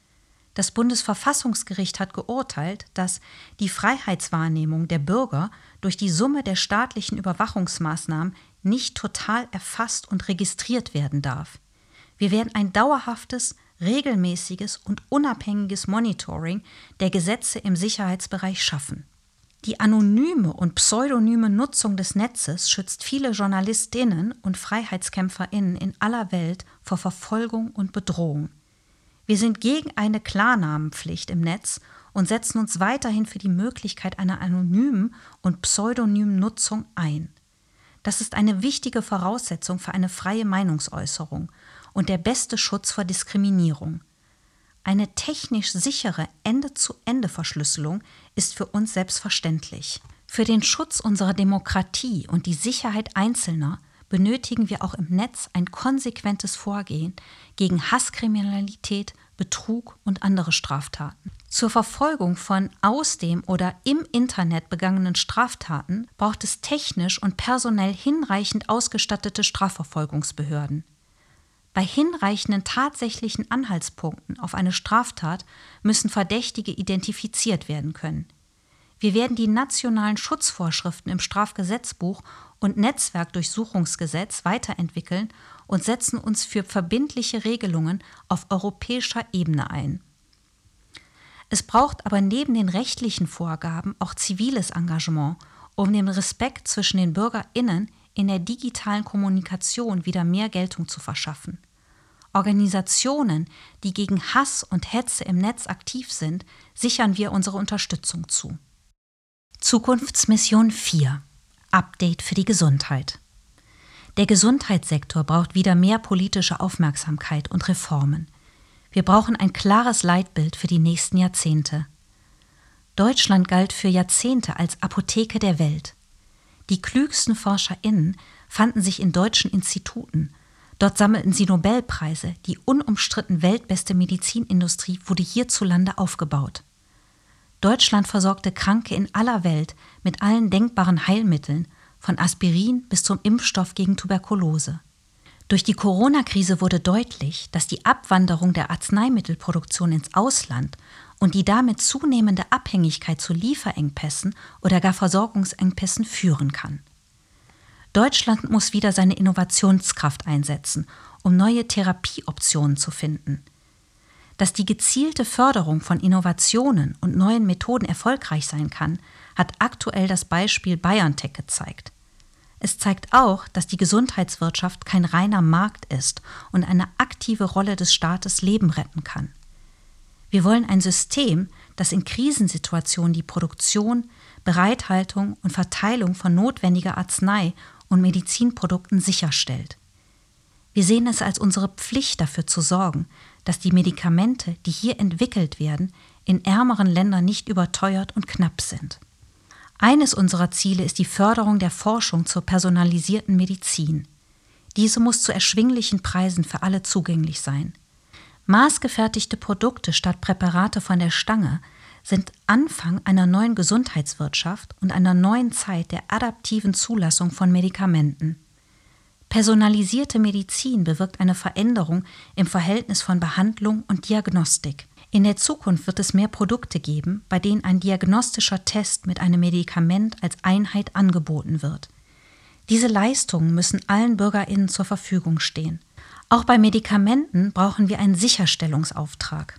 Speaker 1: Das Bundesverfassungsgericht hat geurteilt, dass die Freiheitswahrnehmung der Bürger durch die Summe der staatlichen Überwachungsmaßnahmen nicht total erfasst und registriert werden darf. Wir werden ein dauerhaftes, regelmäßiges und unabhängiges Monitoring der Gesetze im Sicherheitsbereich schaffen. Die anonyme und pseudonyme Nutzung des Netzes schützt viele JournalistInnen und FreiheitskämpferInnen in aller Welt vor Verfolgung und Bedrohung. Wir sind gegen eine Klarnamenpflicht im Netz und setzen uns weiterhin für die Möglichkeit einer anonymen und pseudonymen Nutzung ein. Das ist eine wichtige Voraussetzung für eine freie Meinungsäußerung und der beste Schutz vor Diskriminierung. Eine technisch sichere Ende-zu-Ende-Verschlüsselung ist für uns selbstverständlich. Für den Schutz unserer Demokratie und die Sicherheit Einzelner benötigen wir auch im Netz ein konsequentes Vorgehen gegen Hasskriminalität, Betrug und andere Straftaten. Zur Verfolgung von aus dem oder im Internet begangenen Straftaten braucht es technisch und personell hinreichend ausgestattete Strafverfolgungsbehörden. Bei hinreichenden tatsächlichen Anhaltspunkten auf eine Straftat müssen Verdächtige identifiziert werden können. Wir werden die nationalen Schutzvorschriften im Strafgesetzbuch und Netzwerkdurchsuchungsgesetz weiterentwickeln und setzen uns für verbindliche Regelungen auf europäischer Ebene ein. Es braucht aber neben den rechtlichen Vorgaben auch ziviles Engagement, um dem Respekt zwischen den BürgerInnen in der digitalen Kommunikation wieder mehr Geltung zu verschaffen. Organisationen, die gegen Hass und Hetze im Netz aktiv sind, sichern wir unsere Unterstützung zu. Zukunftsmission 4 – Update für die Gesundheit. Der Gesundheitssektor braucht wieder mehr politische Aufmerksamkeit und Reformen. Wir brauchen ein klares Leitbild für die nächsten Jahrzehnte. Deutschland galt für Jahrzehnte als Apotheke der Welt. Die klügsten ForscherInnen fanden sich in deutschen Instituten. Dort sammelten sie Nobelpreise, die unumstritten weltbeste Medizinindustrie wurde hierzulande aufgebaut. Deutschland versorgte Kranke in aller Welt mit allen denkbaren Heilmitteln, von Aspirin bis zum Impfstoff gegen Tuberkulose. Durch die Corona-Krise wurde deutlich, dass die Abwanderung der Arzneimittelproduktion ins Ausland und die damit zunehmende Abhängigkeit zu Lieferengpässen oder gar Versorgungsengpässen führen kann. Deutschland muss wieder seine Innovationskraft einsetzen, um neue Therapieoptionen zu finden. Dass die gezielte Förderung von Innovationen und neuen Methoden erfolgreich sein kann, hat aktuell das Beispiel BioNTech gezeigt. Es zeigt auch, dass die Gesundheitswirtschaft kein reiner Markt ist und eine aktive Rolle des Staates Leben retten kann. Wir wollen ein System, das in Krisensituationen die Produktion, Bereithaltung und Verteilung von notwendiger Arznei- und Medizinprodukten sicherstellt. Wir sehen es als unsere Pflicht, dafür zu sorgen, dass die Medikamente, die hier entwickelt werden, in ärmeren Ländern nicht überteuert und knapp sind. Eines unserer Ziele ist die Förderung der Forschung zur personalisierten Medizin. Diese muss zu erschwinglichen Preisen für alle zugänglich sein. Maßgefertigte Produkte statt Präparate von der Stange sind Anfang einer neuen Gesundheitswirtschaft und einer neuen Zeit der adaptiven Zulassung von Medikamenten. Personalisierte Medizin bewirkt eine Veränderung im Verhältnis von Behandlung und Diagnostik. In der Zukunft wird es mehr Produkte geben, bei denen ein diagnostischer Test mit einem Medikament als Einheit angeboten wird. Diese Leistungen müssen allen BürgerInnen zur Verfügung stehen. Auch bei Medikamenten brauchen wir einen Sicherstellungsauftrag.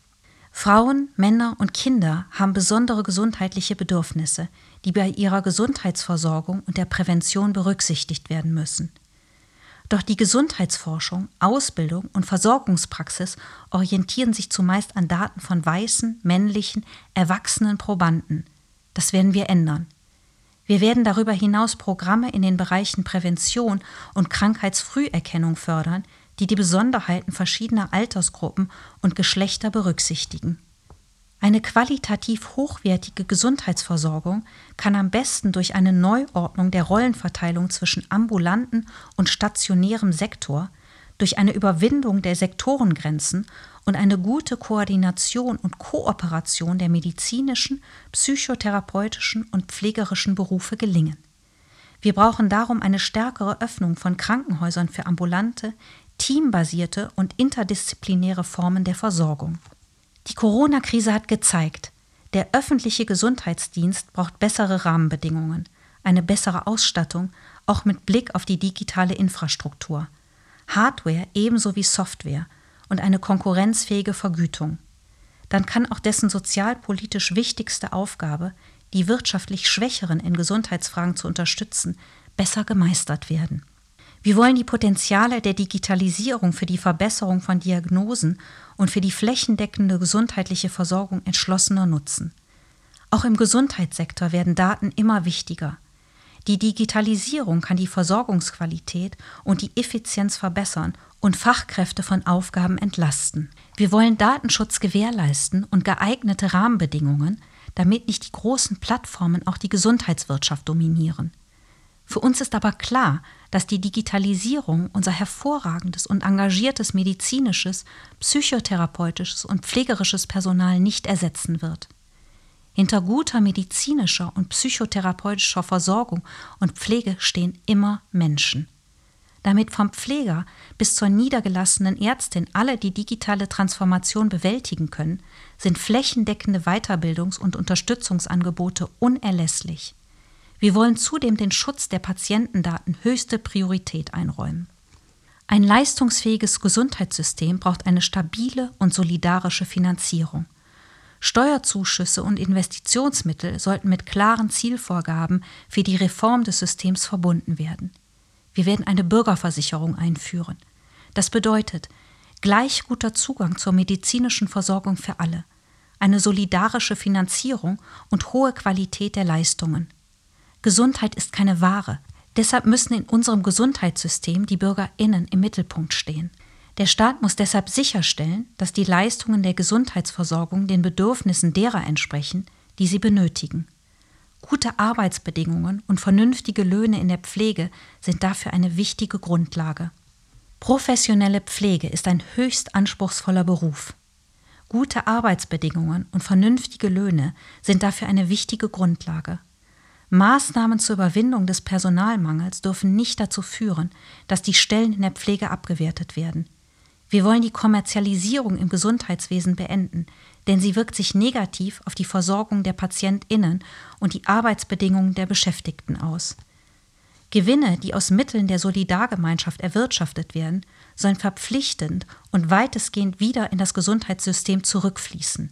Speaker 1: Frauen, Männer und Kinder haben besondere gesundheitliche Bedürfnisse, die bei ihrer Gesundheitsversorgung und der Prävention berücksichtigt werden müssen. Doch die Gesundheitsforschung, Ausbildung und Versorgungspraxis orientieren sich zumeist an Daten von weißen, männlichen, erwachsenen Probanden. Das werden wir ändern. Wir werden darüber hinaus Programme in den Bereichen Prävention und Krankheitsfrüherkennung fördern, die die Besonderheiten verschiedener Altersgruppen und Geschlechter berücksichtigen. Eine qualitativ hochwertige Gesundheitsversorgung kann am besten durch eine Neuordnung der Rollenverteilung zwischen ambulanten und stationärem Sektor, durch eine Überwindung der Sektorengrenzen und eine gute Koordination und Kooperation der medizinischen, psychotherapeutischen und pflegerischen Berufe gelingen. Wir brauchen darum eine stärkere Öffnung von Krankenhäusern für ambulante, teambasierte und interdisziplinäre Formen der Versorgung. Die Corona-Krise hat gezeigt, der öffentliche Gesundheitsdienst braucht bessere Rahmenbedingungen, eine bessere Ausstattung, auch mit Blick auf die digitale Infrastruktur, Hardware ebenso wie Software und eine konkurrenzfähige Vergütung. Dann kann auch dessen sozialpolitisch wichtigste Aufgabe, die wirtschaftlich Schwächeren in Gesundheitsfragen zu unterstützen, besser gemeistert werden. Wir wollen die Potenziale der Digitalisierung für die Verbesserung von Diagnosen und für die flächendeckende gesundheitliche Versorgung entschlossener nutzen. Auch im Gesundheitssektor werden Daten immer wichtiger. Die Digitalisierung kann die Versorgungsqualität und die Effizienz verbessern und Fachkräfte von Aufgaben entlasten. Wir wollen Datenschutz gewährleisten und geeignete Rahmenbedingungen, damit nicht die großen Plattformen auch die Gesundheitswirtschaft dominieren. Für uns ist aber klar, dass die Digitalisierung unser hervorragendes und engagiertes medizinisches, psychotherapeutisches und pflegerisches Personal nicht ersetzen wird. Hinter guter medizinischer und psychotherapeutischer Versorgung und Pflege stehen immer Menschen. Damit vom Pfleger bis zur niedergelassenen Ärztin alle die digitale Transformation bewältigen können, sind flächendeckende Weiterbildungs- und Unterstützungsangebote unerlässlich. Wir wollen zudem den Schutz der Patientendaten höchste Priorität einräumen. Ein leistungsfähiges Gesundheitssystem braucht eine stabile und solidarische Finanzierung. Steuerzuschüsse und Investitionsmittel sollten mit klaren Zielvorgaben für die Reform des Systems verbunden werden. Wir werden eine Bürgerversicherung einführen. Das bedeutet gleich guter Zugang zur medizinischen Versorgung für alle, eine solidarische Finanzierung und hohe Qualität der Leistungen. Gesundheit ist keine Ware. Deshalb müssen in unserem Gesundheitssystem die BürgerInnen im Mittelpunkt stehen. Der Staat muss deshalb sicherstellen, dass die Leistungen der Gesundheitsversorgung den Bedürfnissen derer entsprechen, die sie benötigen. Gute Arbeitsbedingungen und vernünftige Löhne in der Pflege sind dafür eine wichtige Grundlage. Professionelle Pflege ist ein höchst anspruchsvoller Beruf. Gute Arbeitsbedingungen und vernünftige Löhne sind dafür eine wichtige Grundlage. Maßnahmen zur Überwindung des Personalmangels dürfen nicht dazu führen, dass die Stellen in der Pflege abgewertet werden. Wir wollen die Kommerzialisierung im Gesundheitswesen beenden, denn sie wirkt sich negativ auf die Versorgung der PatientInnen und die Arbeitsbedingungen der Beschäftigten aus. Gewinne, die aus Mitteln der Solidargemeinschaft erwirtschaftet werden, sollen verpflichtend und weitestgehend wieder in das Gesundheitssystem zurückfließen.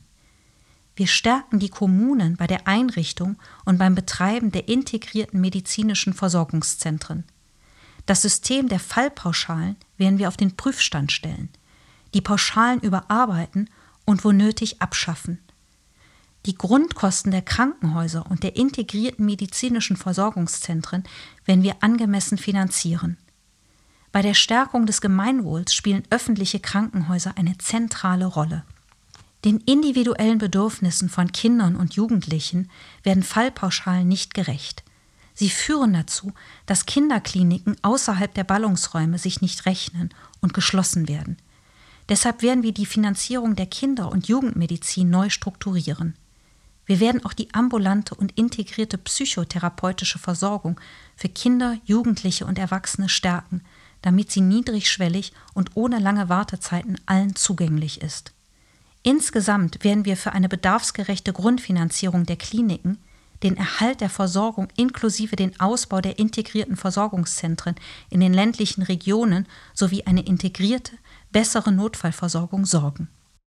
Speaker 1: Wir stärken die Kommunen bei der Einrichtung und beim Betreiben der integrierten medizinischen Versorgungszentren. Das System der Fallpauschalen werden wir auf den Prüfstand stellen, die Pauschalen überarbeiten und wo nötig abschaffen. Die Grundkosten der Krankenhäuser und der integrierten medizinischen Versorgungszentren werden wir angemessen finanzieren. Bei der Stärkung des Gemeinwohls spielen öffentliche Krankenhäuser eine zentrale Rolle. Den individuellen Bedürfnissen von Kindern und Jugendlichen werden Fallpauschalen nicht gerecht. Sie führen dazu, dass Kinderkliniken außerhalb der Ballungsräume sich nicht rechnen und geschlossen werden. Deshalb werden wir die Finanzierung der Kinder- und Jugendmedizin neu strukturieren. Wir werden auch die ambulante und integrierte psychotherapeutische Versorgung für Kinder, Jugendliche und Erwachsene stärken, damit sie niedrigschwellig und ohne lange Wartezeiten allen zugänglich ist. Insgesamt werden wir für eine bedarfsgerechte Grundfinanzierung der Kliniken, den Erhalt der Versorgung inklusive den Ausbau der integrierten Versorgungszentren in den ländlichen Regionen sowie eine integrierte, bessere Notfallversorgung sorgen.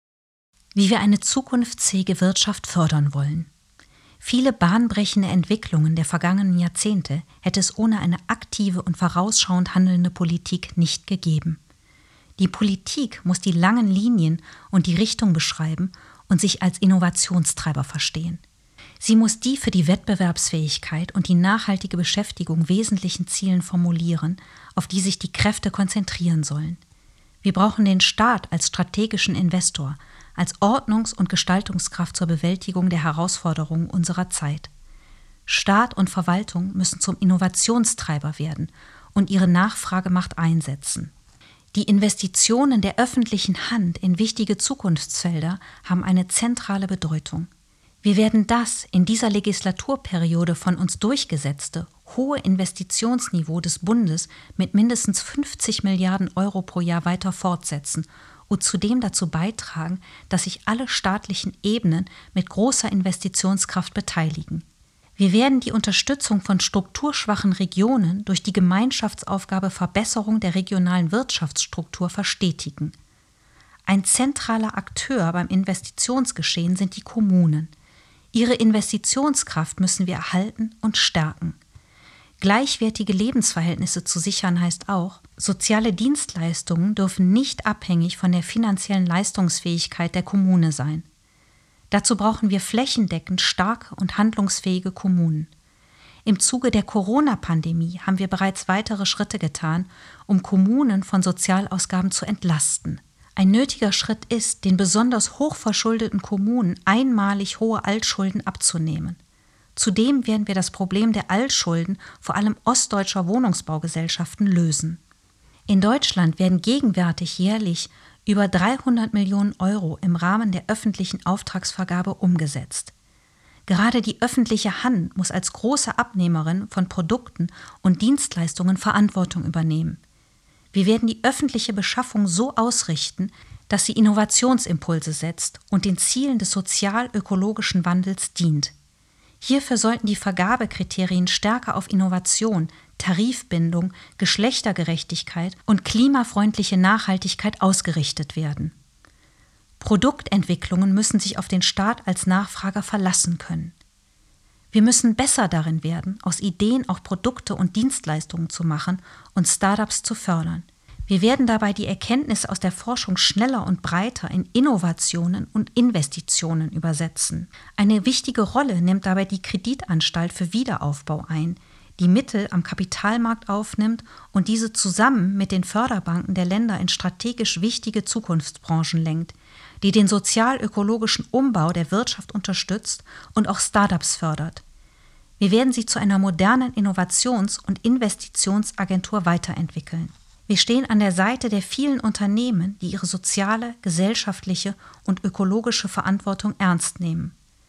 Speaker 1: Wie wir eine zukunftsfähige Wirtschaft fördern wollen. Viele bahnbrechende Entwicklungen der vergangenen Jahrzehnte hätte es ohne eine aktive und vorausschauend handelnde Politik nicht gegeben. Die Politik muss die langen Linien und die Richtung beschreiben und sich als Innovationstreiber verstehen. Sie muss die für die Wettbewerbsfähigkeit und die nachhaltige Beschäftigung wesentlichen Zielen formulieren, auf die sich die Kräfte konzentrieren sollen. Wir brauchen den Staat als strategischen Investor, als Ordnungs- und Gestaltungskraft zur Bewältigung der Herausforderungen unserer Zeit. Staat und Verwaltung müssen zum Innovationstreiber werden und ihre Nachfragemacht einsetzen. Die Investitionen der öffentlichen Hand in wichtige Zukunftsfelder haben eine zentrale Bedeutung. Wir werden das in dieser Legislaturperiode von uns durchgesetzte, hohe Investitionsniveau des Bundes mit mindestens 50 Milliarden Euro pro Jahr weiter fortsetzen und zudem dazu beitragen, dass sich alle staatlichen Ebenen mit großer Investitionskraft beteiligen. Wir werden die Unterstützung von strukturschwachen Regionen durch die Gemeinschaftsaufgabe Verbesserung der regionalen Wirtschaftsstruktur verstetigen. Ein zentraler Akteur beim Investitionsgeschehen sind die Kommunen. Ihre Investitionskraft müssen wir erhalten und stärken. Gleichwertige Lebensverhältnisse zu sichern heißt auch, soziale Dienstleistungen dürfen nicht abhängig von der finanziellen Leistungsfähigkeit der Kommune sein. Dazu brauchen wir flächendeckend starke und handlungsfähige Kommunen. Im Zuge der Corona-Pandemie haben wir bereits weitere Schritte getan, um Kommunen von Sozialausgaben zu entlasten. Ein nötiger Schritt ist, den besonders hochverschuldeten Kommunen einmalig hohe Altschulden abzunehmen. Zudem werden wir das Problem der Altschulden vor allem ostdeutscher Wohnungsbaugesellschaften lösen. In Deutschland werden gegenwärtig jährlich über 300 Millionen Euro im Rahmen der öffentlichen Auftragsvergabe umgesetzt. Gerade die öffentliche Hand muss als große Abnehmerin von Produkten und Dienstleistungen Verantwortung übernehmen. Wir werden die öffentliche Beschaffung so ausrichten, dass sie Innovationsimpulse setzt und den Zielen des sozial-ökologischen Wandels dient. Hierfür sollten die Vergabekriterien stärker auf Innovation, Tarifbindung, Geschlechtergerechtigkeit und klimafreundliche Nachhaltigkeit ausgerichtet werden. Produktentwicklungen müssen sich auf den Staat als Nachfrager verlassen können. Wir müssen besser darin werden, aus Ideen auch Produkte und Dienstleistungen zu machen und Startups zu fördern. Wir werden dabei die Erkenntnisse aus der Forschung schneller und breiter in Innovationen und Investitionen übersetzen. Eine wichtige Rolle nimmt dabei die Kreditanstalt für Wiederaufbau ein, die Mittel am Kapitalmarkt aufnimmt und diese zusammen mit den Förderbanken der Länder in strategisch wichtige Zukunftsbranchen lenkt, die den sozial-ökologischen Umbau der Wirtschaft unterstützt und auch Startups fördert. Wir werden sie zu einer modernen Innovations- und Investitionsagentur weiterentwickeln. Wir stehen an der Seite der vielen Unternehmen, die ihre soziale, gesellschaftliche und ökologische Verantwortung ernst nehmen.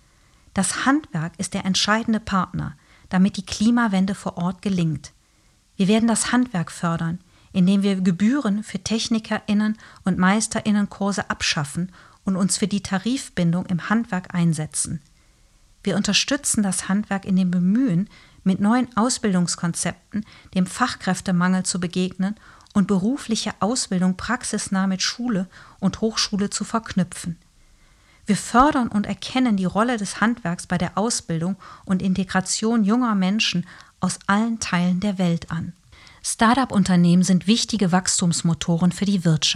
Speaker 1: Das Handwerk ist der entscheidende Partner, damit die Klimawende vor Ort gelingt. Wir werden das Handwerk fördern, indem wir Gebühren für TechnikerInnen und MeisterInnenkurse abschaffen und uns für die Tarifbindung im Handwerk einsetzen. Wir unterstützen das Handwerk in dem Bemühen, mit neuen Ausbildungskonzepten dem Fachkräftemangel zu begegnen und berufliche Ausbildung praxisnah mit Schule und Hochschule zu verknüpfen. Wir fördern und erkennen die Rolle des Handwerks bei der Ausbildung und Integration junger Menschen aus allen Teilen der Welt an. Start-up-Unternehmen sind wichtige Wachstumsmotoren für die Wirtschaft.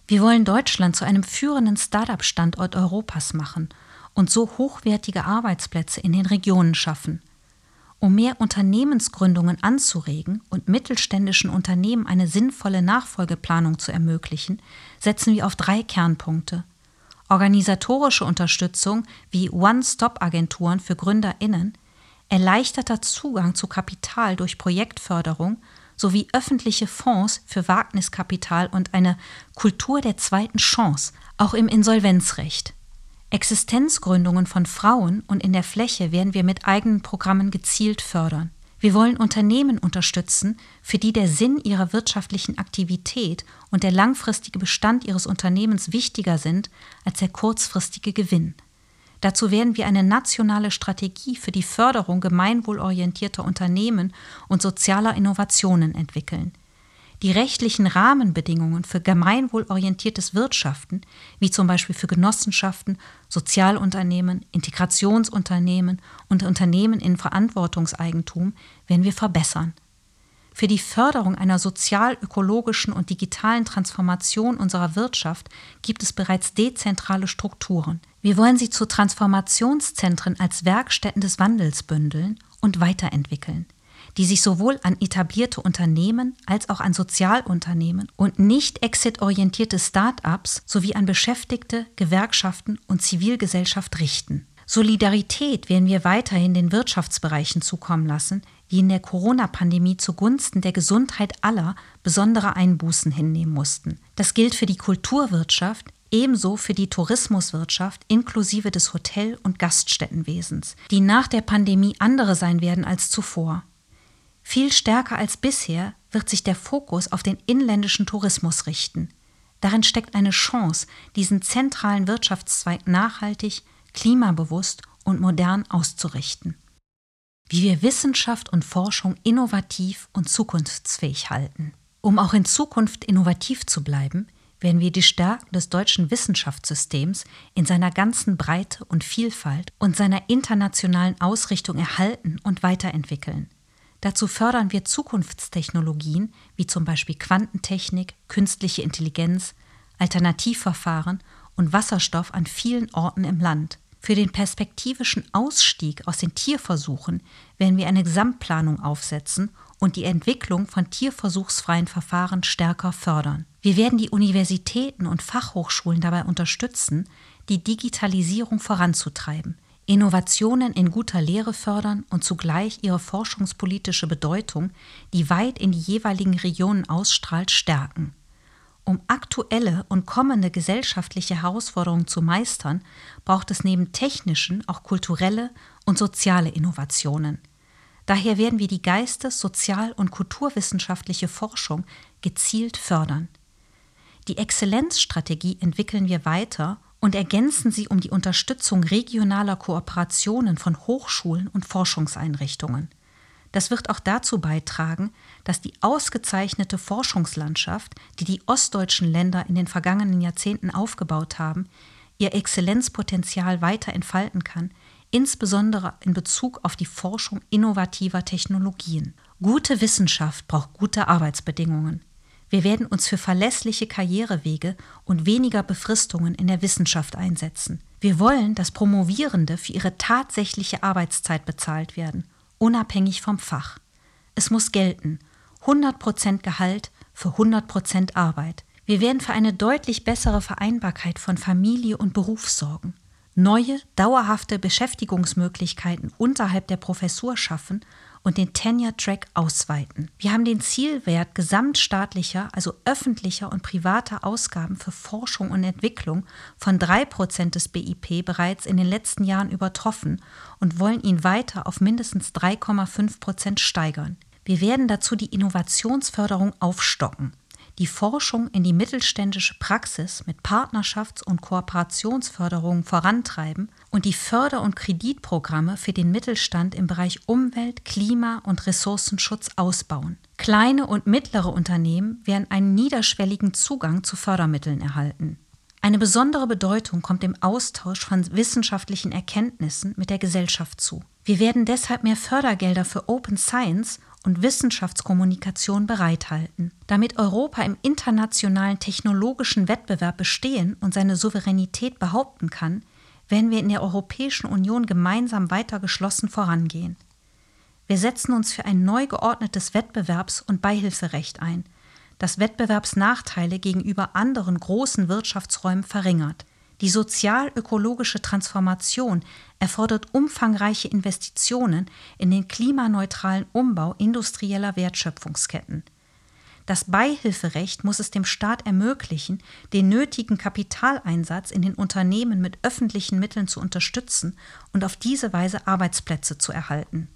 Speaker 1: Wir wollen Deutschland zu einem führenden Start-up-Standort Europas machen und so hochwertige Arbeitsplätze in den Regionen schaffen. Um mehr Unternehmensgründungen anzuregen und mittelständischen Unternehmen eine sinnvolle Nachfolgeplanung zu ermöglichen, setzen wir auf 3 Kernpunkte: organisatorische Unterstützung wie One-Stop-Agenturen für GründerInnen, erleichterter Zugang zu Kapital durch Projektförderung sowie öffentliche Fonds für Wagniskapital und eine Kultur der zweiten Chance, auch im Insolvenzrecht. Existenzgründungen von Frauen und in der Fläche werden wir mit eigenen Programmen gezielt fördern. Wir wollen Unternehmen unterstützen, für die der Sinn ihrer wirtschaftlichen Aktivität und der langfristige Bestand ihres Unternehmens wichtiger sind als der kurzfristige Gewinn. Dazu werden wir eine nationale Strategie für die Förderung gemeinwohlorientierter Unternehmen und sozialer Innovationen entwickeln. Die rechtlichen Rahmenbedingungen für gemeinwohlorientiertes Wirtschaften, wie zum Beispiel für Genossenschaften, Sozialunternehmen, Integrationsunternehmen und Unternehmen in Verantwortungseigentum, werden wir verbessern. Für die Förderung einer sozial-ökologischen und digitalen Transformation unserer Wirtschaft gibt es bereits dezentrale Strukturen. Wir wollen sie zu Transformationszentren als Werkstätten des Wandels bündeln und weiterentwickeln, die sich sowohl an etablierte Unternehmen als auch an Sozialunternehmen und nicht exitorientierte Start-ups sowie an Beschäftigte, Gewerkschaften und Zivilgesellschaft richten. Solidarität werden wir weiterhin den Wirtschaftsbereichen zukommen lassen, die in der Corona-Pandemie zugunsten der Gesundheit aller besondere Einbußen hinnehmen mussten. Das gilt für die Kulturwirtschaft, ebenso für die Tourismuswirtschaft inklusive des Hotel- und Gaststättenwesens, die nach der Pandemie andere sein werden als zuvor. Viel stärker als bisher wird sich der Fokus auf den inländischen Tourismus richten. Darin steckt eine Chance, diesen zentralen Wirtschaftszweig nachhaltig, klimabewusst und modern auszurichten. Wie wir Wissenschaft und Forschung innovativ und zukunftsfähig halten. Um auch in Zukunft innovativ zu bleiben, werden wir die Stärken des deutschen Wissenschaftssystems in seiner ganzen Breite und Vielfalt und seiner internationalen Ausrichtung erhalten und weiterentwickeln. Dazu fördern wir Zukunftstechnologien wie zum Beispiel Quantentechnik, künstliche Intelligenz, Alternativverfahren und Wasserstoff an vielen Orten im Land. Für den perspektivischen Ausstieg aus den Tierversuchen werden wir eine Gesamtplanung aufsetzen und die Entwicklung von tierversuchsfreien Verfahren stärker fördern. Wir werden die Universitäten und Fachhochschulen dabei unterstützen, die Digitalisierung voranzutreiben, Innovationen in guter Lehre fördern und zugleich ihre forschungspolitische Bedeutung, die weit in die jeweiligen Regionen ausstrahlt, stärken. Um aktuelle und kommende gesellschaftliche Herausforderungen zu meistern, braucht es neben technischen auch kulturelle und soziale Innovationen. Daher werden wir die geistes-, sozial- und kulturwissenschaftliche Forschung gezielt fördern. Die Exzellenzstrategie entwickeln wir weiter und ergänzen sie um die Unterstützung regionaler Kooperationen von Hochschulen und Forschungseinrichtungen. Das wird auch dazu beitragen, dass die ausgezeichnete Forschungslandschaft, die die ostdeutschen Länder in den vergangenen Jahrzehnten aufgebaut haben, ihr Exzellenzpotenzial weiter entfalten kann, insbesondere in Bezug auf die Forschung innovativer Technologien. Gute Wissenschaft braucht gute Arbeitsbedingungen. Wir werden uns für verlässliche Karrierewege und weniger Befristungen in der Wissenschaft einsetzen. Wir wollen, dass Promovierende für ihre tatsächliche Arbeitszeit bezahlt werden, unabhängig vom Fach. Es muss gelten: 100% Gehalt für 100% Arbeit. Wir werden für eine deutlich bessere Vereinbarkeit von Familie und Beruf sorgen, neue, dauerhafte Beschäftigungsmöglichkeiten unterhalb der Professur schaffen und den Tenure-Track ausweiten. Wir haben den Zielwert gesamtstaatlicher, also öffentlicher und privater Ausgaben für Forschung und Entwicklung von 3% des BIP bereits in den letzten Jahren übertroffen und wollen ihn weiter auf mindestens 3,5% steigern. Wir werden dazu die Innovationsförderung aufstocken, die Forschung in die mittelständische Praxis mit Partnerschafts- und Kooperationsförderungen vorantreiben und die Förder- und Kreditprogramme für den Mittelstand im Bereich Umwelt, Klima- und Ressourcenschutz ausbauen. Kleine und mittlere Unternehmen werden einen niederschwelligen Zugang zu Fördermitteln erhalten. Eine besondere Bedeutung kommt dem Austausch von wissenschaftlichen Erkenntnissen mit der Gesellschaft zu. Wir werden deshalb mehr Fördergelder für Open Science und Wissenschaftskommunikation bereithalten. Damit Europa im internationalen technologischen Wettbewerb bestehen und seine Souveränität behaupten kann, werden wir in der Europäischen Union gemeinsam weiter geschlossen vorangehen. Wir setzen uns für ein neu geordnetes Wettbewerbs- und Beihilferecht ein, das Wettbewerbsnachteile gegenüber anderen großen Wirtschaftsräumen verringert. Die sozial-ökologische Transformation erfordert umfangreiche Investitionen in den klimaneutralen Umbau industrieller Wertschöpfungsketten. Das Beihilferecht muss es dem Staat ermöglichen, den nötigen Kapitaleinsatz in den Unternehmen mit öffentlichen Mitteln zu unterstützen und auf diese Weise Arbeitsplätze zu erhalten.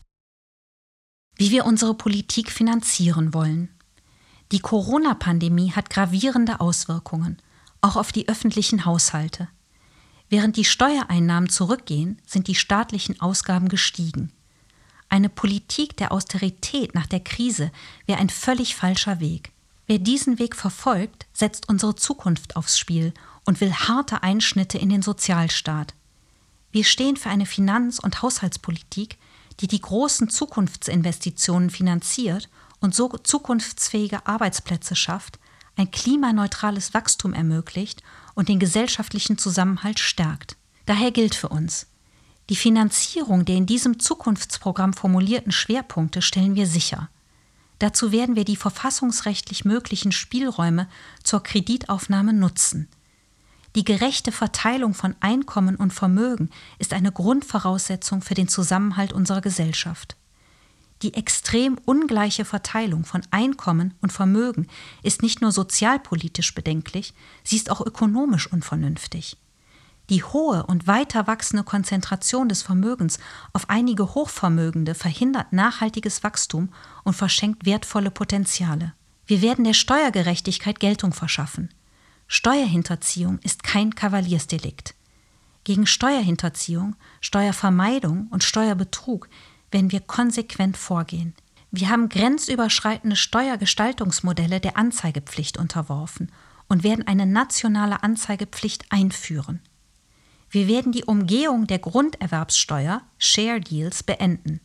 Speaker 1: Wie wir unsere Politik finanzieren wollen. Die Corona-Pandemie hat gravierende Auswirkungen, auch auf die öffentlichen Haushalte. Während die Steuereinnahmen zurückgehen, sind die staatlichen Ausgaben gestiegen. Eine Politik der Austerität nach der Krise wäre ein völlig falscher Weg. Wer diesen Weg verfolgt, setzt unsere Zukunft aufs Spiel und will harte Einschnitte in den Sozialstaat. Wir stehen für eine Finanz- und Haushaltspolitik, die die großen Zukunftsinvestitionen finanziert und so zukunftsfähige Arbeitsplätze schafft, ein klimaneutrales Wachstum ermöglicht und den gesellschaftlichen Zusammenhalt stärkt. Daher gilt für uns: Die Finanzierung der in diesem Zukunftsprogramm formulierten Schwerpunkte stellen wir sicher. Dazu werden wir die verfassungsrechtlich möglichen Spielräume zur Kreditaufnahme nutzen. Die gerechte Verteilung von Einkommen und Vermögen ist eine Grundvoraussetzung für den Zusammenhalt unserer Gesellschaft. Die extrem ungleiche Verteilung von Einkommen und Vermögen ist nicht nur sozialpolitisch bedenklich, sie ist auch ökonomisch unvernünftig. Die hohe und weiter wachsende Konzentration des Vermögens auf einige Hochvermögende verhindert nachhaltiges Wachstum und verschenkt wertvolle Potenziale. Wir werden der Steuergerechtigkeit Geltung verschaffen. Steuerhinterziehung ist kein Kavaliersdelikt. Gegen Steuerhinterziehung, Steuervermeidung und Steuerbetrug werden wir konsequent vorgehen. Wir haben grenzüberschreitende Steuergestaltungsmodelle der Anzeigepflicht unterworfen und werden eine nationale Anzeigepflicht einführen. Wir werden die Umgehung der Grunderwerbssteuer, Share Deals, beenden.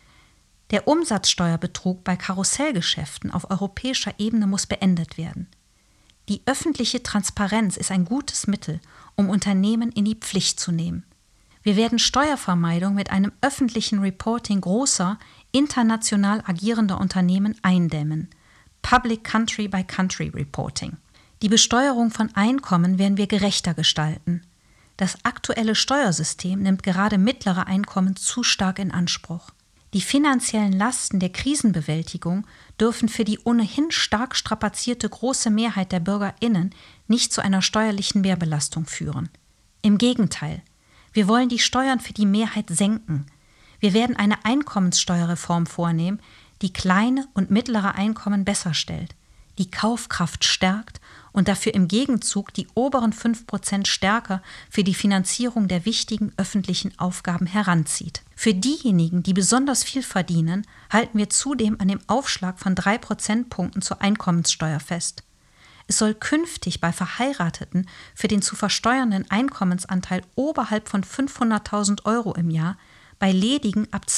Speaker 1: Der Umsatzsteuerbetrug bei Karussellgeschäften auf europäischer Ebene muss beendet werden. Die öffentliche Transparenz ist ein gutes Mittel, um Unternehmen in die Pflicht zu nehmen. Wir werden Steuervermeidung mit einem öffentlichen Reporting großer, international agierender Unternehmen eindämmen. Public Country by Country Reporting. Die Besteuerung von Einkommen werden wir gerechter gestalten. Das aktuelle Steuersystem nimmt gerade mittlere Einkommen zu stark in Anspruch. Die finanziellen Lasten der Krisenbewältigung dürfen für die ohnehin stark strapazierte große Mehrheit der BürgerInnen nicht zu einer steuerlichen Mehrbelastung führen. Im Gegenteil, wir wollen die Steuern für die Mehrheit senken. Wir werden eine Einkommenssteuerreform vornehmen, die kleine und mittlere Einkommen besser stellt, die Kaufkraft stärkt und dafür im Gegenzug die oberen 5% stärker für die Finanzierung der wichtigen öffentlichen Aufgaben heranzieht. Für diejenigen, die besonders viel verdienen, halten wir zudem an dem Aufschlag von 3 Prozentpunkten zur Einkommenssteuer fest. Es soll künftig bei Verheirateten für den zu versteuernden Einkommensanteil oberhalb von 500.000 € im Jahr, bei Ledigen ab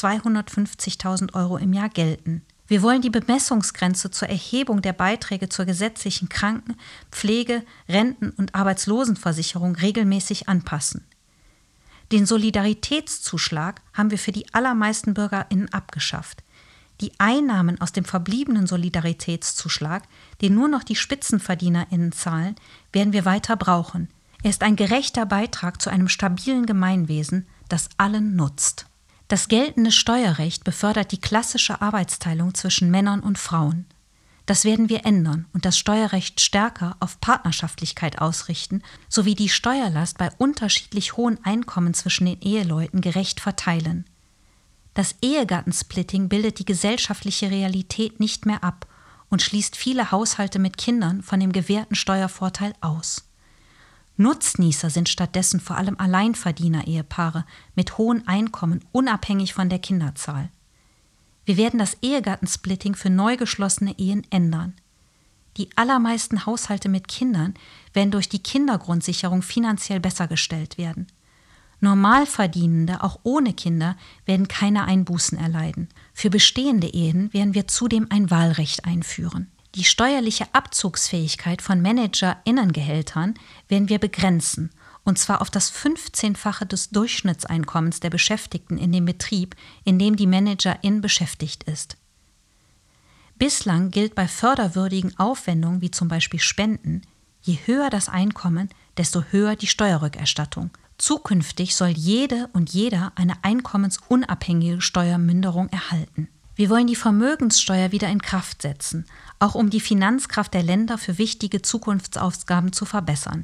Speaker 1: 250.000 € im Jahr gelten. Wir wollen die Bemessungsgrenze zur Erhebung der Beiträge zur gesetzlichen Kranken-, Pflege-, Renten- und Arbeitslosenversicherung regelmäßig anpassen. Den Solidaritätszuschlag haben wir für die allermeisten BürgerInnen abgeschafft. Die Einnahmen aus dem verbliebenen Solidaritätszuschlag, den nur noch die SpitzenverdienerInnen zahlen, werden wir weiter brauchen. Er ist ein gerechter Beitrag zu einem stabilen Gemeinwesen, das allen nutzt. Das geltende Steuerrecht befördert die klassische Arbeitsteilung zwischen Männern und Frauen. Das werden wir ändern und das Steuerrecht stärker auf Partnerschaftlichkeit ausrichten, sowie die Steuerlast bei unterschiedlich hohen Einkommen zwischen den Eheleuten gerecht verteilen. Das Ehegattensplitting bildet die gesellschaftliche Realität nicht mehr ab und schließt viele Haushalte mit Kindern von dem gewährten Steuervorteil aus. Nutznießer sind stattdessen vor allem Alleinverdiener-Ehepaare mit hohen Einkommen, unabhängig von der Kinderzahl. Wir werden das Ehegattensplitting für neu geschlossene Ehen ändern. Die allermeisten Haushalte mit Kindern werden durch die Kindergrundsicherung finanziell besser gestellt werden. Normalverdienende, auch ohne Kinder, werden keine Einbußen erleiden. Für bestehende Ehen werden wir zudem ein Wahlrecht einführen. Die steuerliche Abzugsfähigkeit von ManagerInnengehältern werden wir begrenzen, und zwar auf das 15-fache des Durchschnittseinkommens der Beschäftigten in dem Betrieb, in dem die Managerin beschäftigt ist. Bislang gilt bei förderwürdigen Aufwendungen wie zum Beispiel Spenden, je höher das Einkommen, desto höher die Steuerrückerstattung. Zukünftig soll jede und jeder eine einkommensunabhängige Steuerminderung erhalten. Wir wollen die Vermögenssteuer wieder in Kraft setzen, auch um die Finanzkraft der Länder für wichtige Zukunftsaufgaben zu verbessern.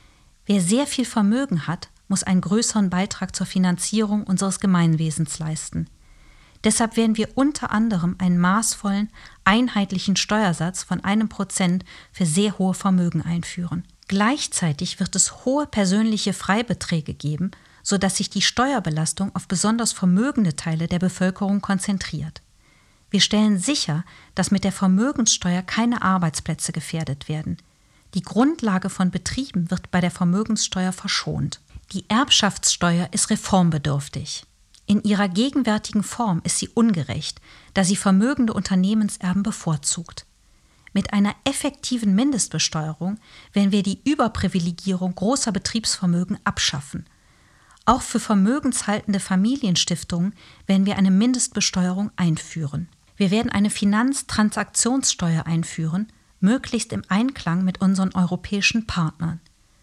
Speaker 1: Wer sehr viel Vermögen hat, muss einen größeren Beitrag zur Finanzierung unseres Gemeinwesens leisten. Deshalb werden wir unter anderem einen maßvollen, einheitlichen Steuersatz von 1% für sehr hohe Vermögen einführen. Gleichzeitig wird es hohe persönliche Freibeträge geben, sodass sich die Steuerbelastung auf besonders vermögende Teile der Bevölkerung konzentriert. Wir stellen sicher, dass mit der Vermögenssteuer keine Arbeitsplätze gefährdet werden. Die Grundlage von Betrieben wird bei der Vermögenssteuer verschont. Die Erbschaftssteuer ist reformbedürftig. In ihrer gegenwärtigen Form ist sie ungerecht, da sie vermögende Unternehmenserben bevorzugt. Mit einer effektiven Mindestbesteuerung werden wir die Überprivilegierung großer Betriebsvermögen abschaffen. Auch für vermögenshaltende Familienstiftungen werden wir eine Mindestbesteuerung einführen. Wir werden eine Finanztransaktionssteuer einführen, möglichst im Einklang mit unseren europäischen Partnern.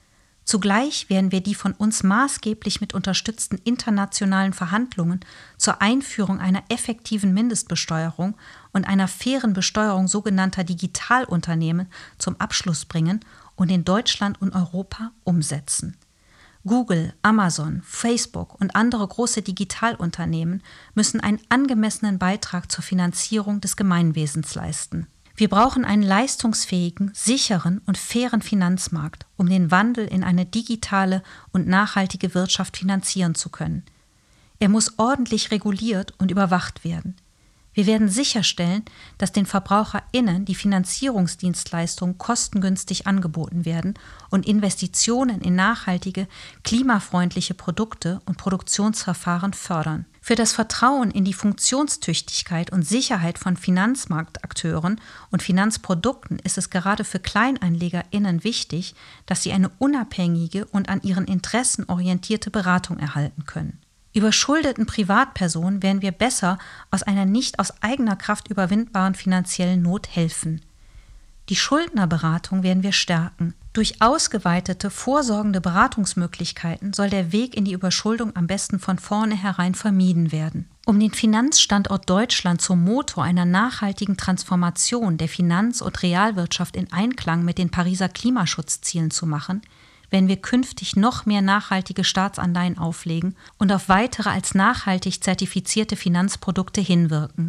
Speaker 1: Zugleich werden wir die von uns maßgeblich mit unterstützten internationalen Verhandlungen zur Einführung einer effektiven Mindestbesteuerung und einer fairen Besteuerung sogenannter Digitalunternehmen zum Abschluss bringen und in Deutschland und Europa umsetzen. Google, Amazon, Facebook und andere große Digitalunternehmen müssen einen angemessenen Beitrag zur Finanzierung des Gemeinwesens leisten. Wir brauchen einen leistungsfähigen, sicheren und fairen Finanzmarkt, um den Wandel in eine digitale und nachhaltige Wirtschaft finanzieren zu können. Er muss ordentlich reguliert und überwacht werden. Wir werden sicherstellen, dass den VerbraucherInnen die Finanzierungsdienstleistungen kostengünstig angeboten werden und Investitionen in nachhaltige, klimafreundliche Produkte und Produktionsverfahren fördern. Für das Vertrauen in die Funktionstüchtigkeit und Sicherheit von Finanzmarktakteuren und Finanzprodukten ist es gerade für KleinanlegerInnen wichtig, dass sie eine unabhängige und an ihren Interessen orientierte Beratung erhalten können. Überschuldeten Privatpersonen werden wir besser aus einer nicht aus eigener Kraft überwindbaren finanziellen Not helfen. Die Schuldnerberatung werden wir stärken. Durch ausgeweitete, vorsorgende Beratungsmöglichkeiten soll der Weg in die Überschuldung am besten von vornherein vermieden werden. Um den Finanzstandort Deutschland zum Motor einer nachhaltigen Transformation der Finanz- und Realwirtschaft in Einklang mit den Pariser Klimaschutzzielen zu machen, werden wir künftig noch mehr nachhaltige Staatsanleihen auflegen und auf weitere als nachhaltig zertifizierte Finanzprodukte hinwirken.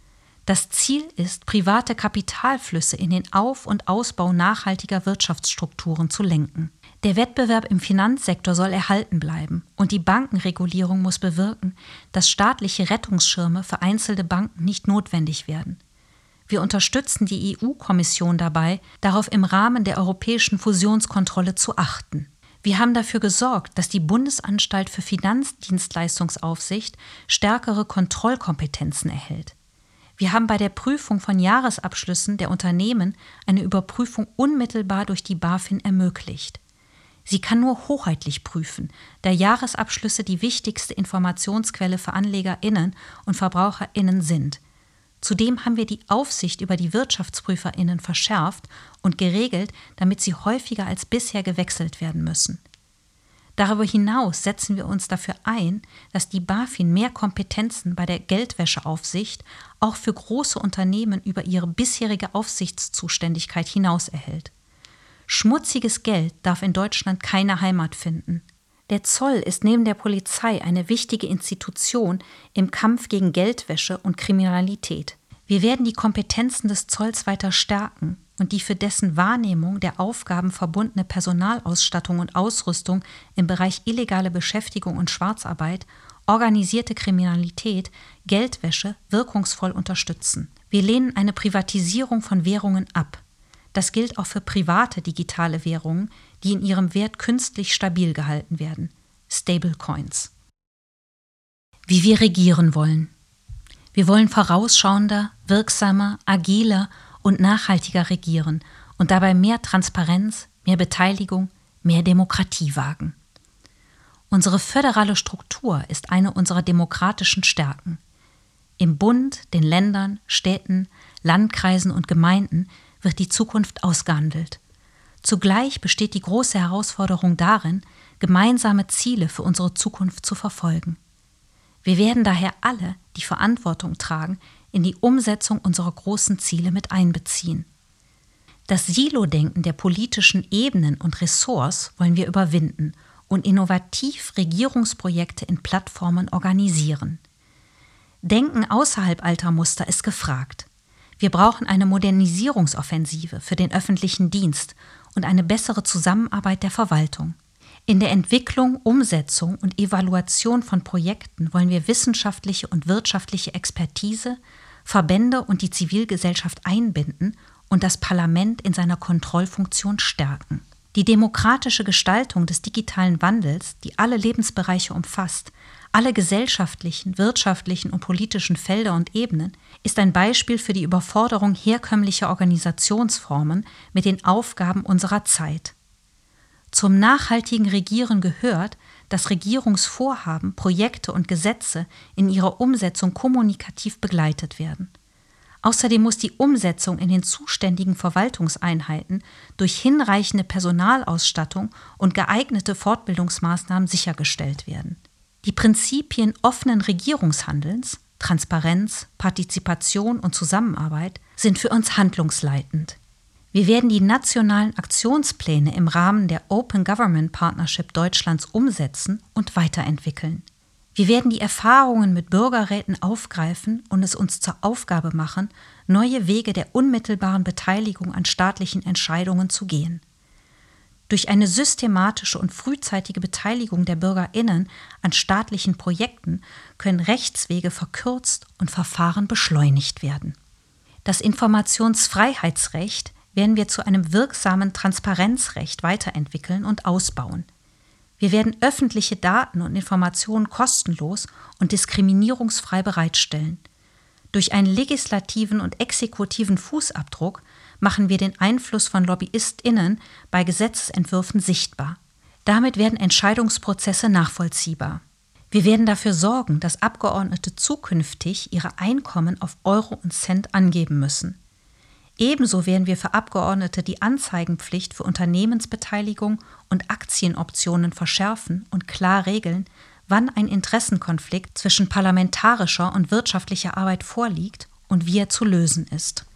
Speaker 1: Das Ziel ist, private Kapitalflüsse in den Auf- und Ausbau nachhaltiger Wirtschaftsstrukturen zu lenken. Der Wettbewerb im Finanzsektor soll erhalten bleiben und die Bankenregulierung muss bewirken, dass staatliche Rettungsschirme für einzelne Banken nicht notwendig werden. Wir unterstützen die EU-Kommission dabei, darauf im Rahmen der europäischen Fusionskontrolle zu achten. Wir haben dafür gesorgt, dass die Bundesanstalt für Finanzdienstleistungsaufsicht stärkere Kontrollkompetenzen erhält. Wir haben bei der Prüfung von Jahresabschlüssen der Unternehmen eine Überprüfung unmittelbar durch die BaFin ermöglicht. Sie kann nur hoheitlich prüfen, da Jahresabschlüsse die wichtigste Informationsquelle für AnlegerInnen und VerbraucherInnen sind. Zudem haben wir die Aufsicht über die WirtschaftsprüferInnen verschärft und geregelt, damit sie häufiger als bisher gewechselt werden müssen. Darüber hinaus setzen wir uns dafür ein, dass die BaFin mehr Kompetenzen bei der Geldwäscheaufsicht auch für große Unternehmen über ihre bisherige Aufsichtszuständigkeit hinaus erhält. Schmutziges Geld darf in Deutschland keine Heimat finden. Der Zoll ist neben der Polizei eine wichtige Institution im Kampf gegen Geldwäsche und Kriminalität. Wir werden die Kompetenzen des Zolls weiter stärken und die für dessen Wahrnehmung der Aufgaben verbundene Personalausstattung und Ausrüstung im Bereich illegale Beschäftigung und Schwarzarbeit, organisierte Kriminalität, Geldwäsche wirkungsvoll unterstützen. Wir lehnen eine Privatisierung von Währungen ab. Das gilt auch für private digitale Währungen, die in ihrem Wert künstlich stabil gehalten werden. Stablecoins. Wie wir regieren wollen. Wir wollen vorausschauender, wirksamer, agiler und nachhaltiger regieren und dabei mehr Transparenz, mehr Beteiligung, mehr Demokratie wagen. Unsere föderale Struktur ist eine unserer demokratischen Stärken. Im Bund, den Ländern, Städten, Landkreisen und Gemeinden wird die Zukunft ausgehandelt. Zugleich besteht die große Herausforderung darin, gemeinsame Ziele für unsere Zukunft zu verfolgen. Wir werden daher alle die Verantwortung tragen, in die Umsetzung unserer großen Ziele mit einbeziehen. Das Silo-Denken der politischen Ebenen und Ressorts wollen wir überwinden und innovativ Regierungsprojekte in Plattformen organisieren. Denken außerhalb alter Muster ist gefragt. Wir brauchen eine Modernisierungsoffensive für den öffentlichen Dienst und eine bessere Zusammenarbeit der Verwaltung. In der Entwicklung, Umsetzung und Evaluation von Projekten wollen wir wissenschaftliche und wirtschaftliche Expertise, Verbände und die Zivilgesellschaft einbinden und das Parlament in seiner Kontrollfunktion stärken. Die demokratische Gestaltung des digitalen Wandels, die alle Lebensbereiche umfasst, alle gesellschaftlichen, wirtschaftlichen und politischen Felder und Ebenen, ist ein Beispiel für die Überforderung herkömmlicher Organisationsformen mit den Aufgaben unserer Zeit. Zum nachhaltigen Regieren gehört, dass Regierungsvorhaben, Projekte und Gesetze in ihrer Umsetzung kommunikativ begleitet werden. Außerdem muss die Umsetzung in den zuständigen Verwaltungseinheiten durch hinreichende Personalausstattung und geeignete Fortbildungsmaßnahmen sichergestellt werden. Die Prinzipien offenen Regierungshandelns, Transparenz, Partizipation und Zusammenarbeit sind für uns handlungsleitend. Wir werden die nationalen Aktionspläne im Rahmen der Open Government Partnership Deutschlands umsetzen und weiterentwickeln. Wir werden die Erfahrungen mit Bürgerräten aufgreifen und es uns zur Aufgabe machen, neue Wege der unmittelbaren Beteiligung an staatlichen Entscheidungen zu gehen. Durch eine systematische und frühzeitige Beteiligung der BürgerInnen an staatlichen Projekten können Rechtswege verkürzt und Verfahren beschleunigt werden. Das Informationsfreiheitsrecht werden wir zu einem wirksamen Transparenzrecht weiterentwickeln und ausbauen. Wir werden öffentliche Daten und Informationen kostenlos und diskriminierungsfrei bereitstellen. Durch einen legislativen und exekutiven Fußabdruck machen wir den Einfluss von LobbyistInnen bei Gesetzesentwürfen sichtbar. Damit werden Entscheidungsprozesse nachvollziehbar. Wir werden dafür sorgen, dass Abgeordnete zukünftig ihre Einkommen auf Euro und Cent angeben müssen. Ebenso werden wir für Abgeordnete die Anzeigenpflicht für Unternehmensbeteiligung und Aktienoptionen verschärfen und klar regeln, wann ein Interessenkonflikt zwischen parlamentarischer und wirtschaftlicher Arbeit vorliegt und wie er zu lösen ist.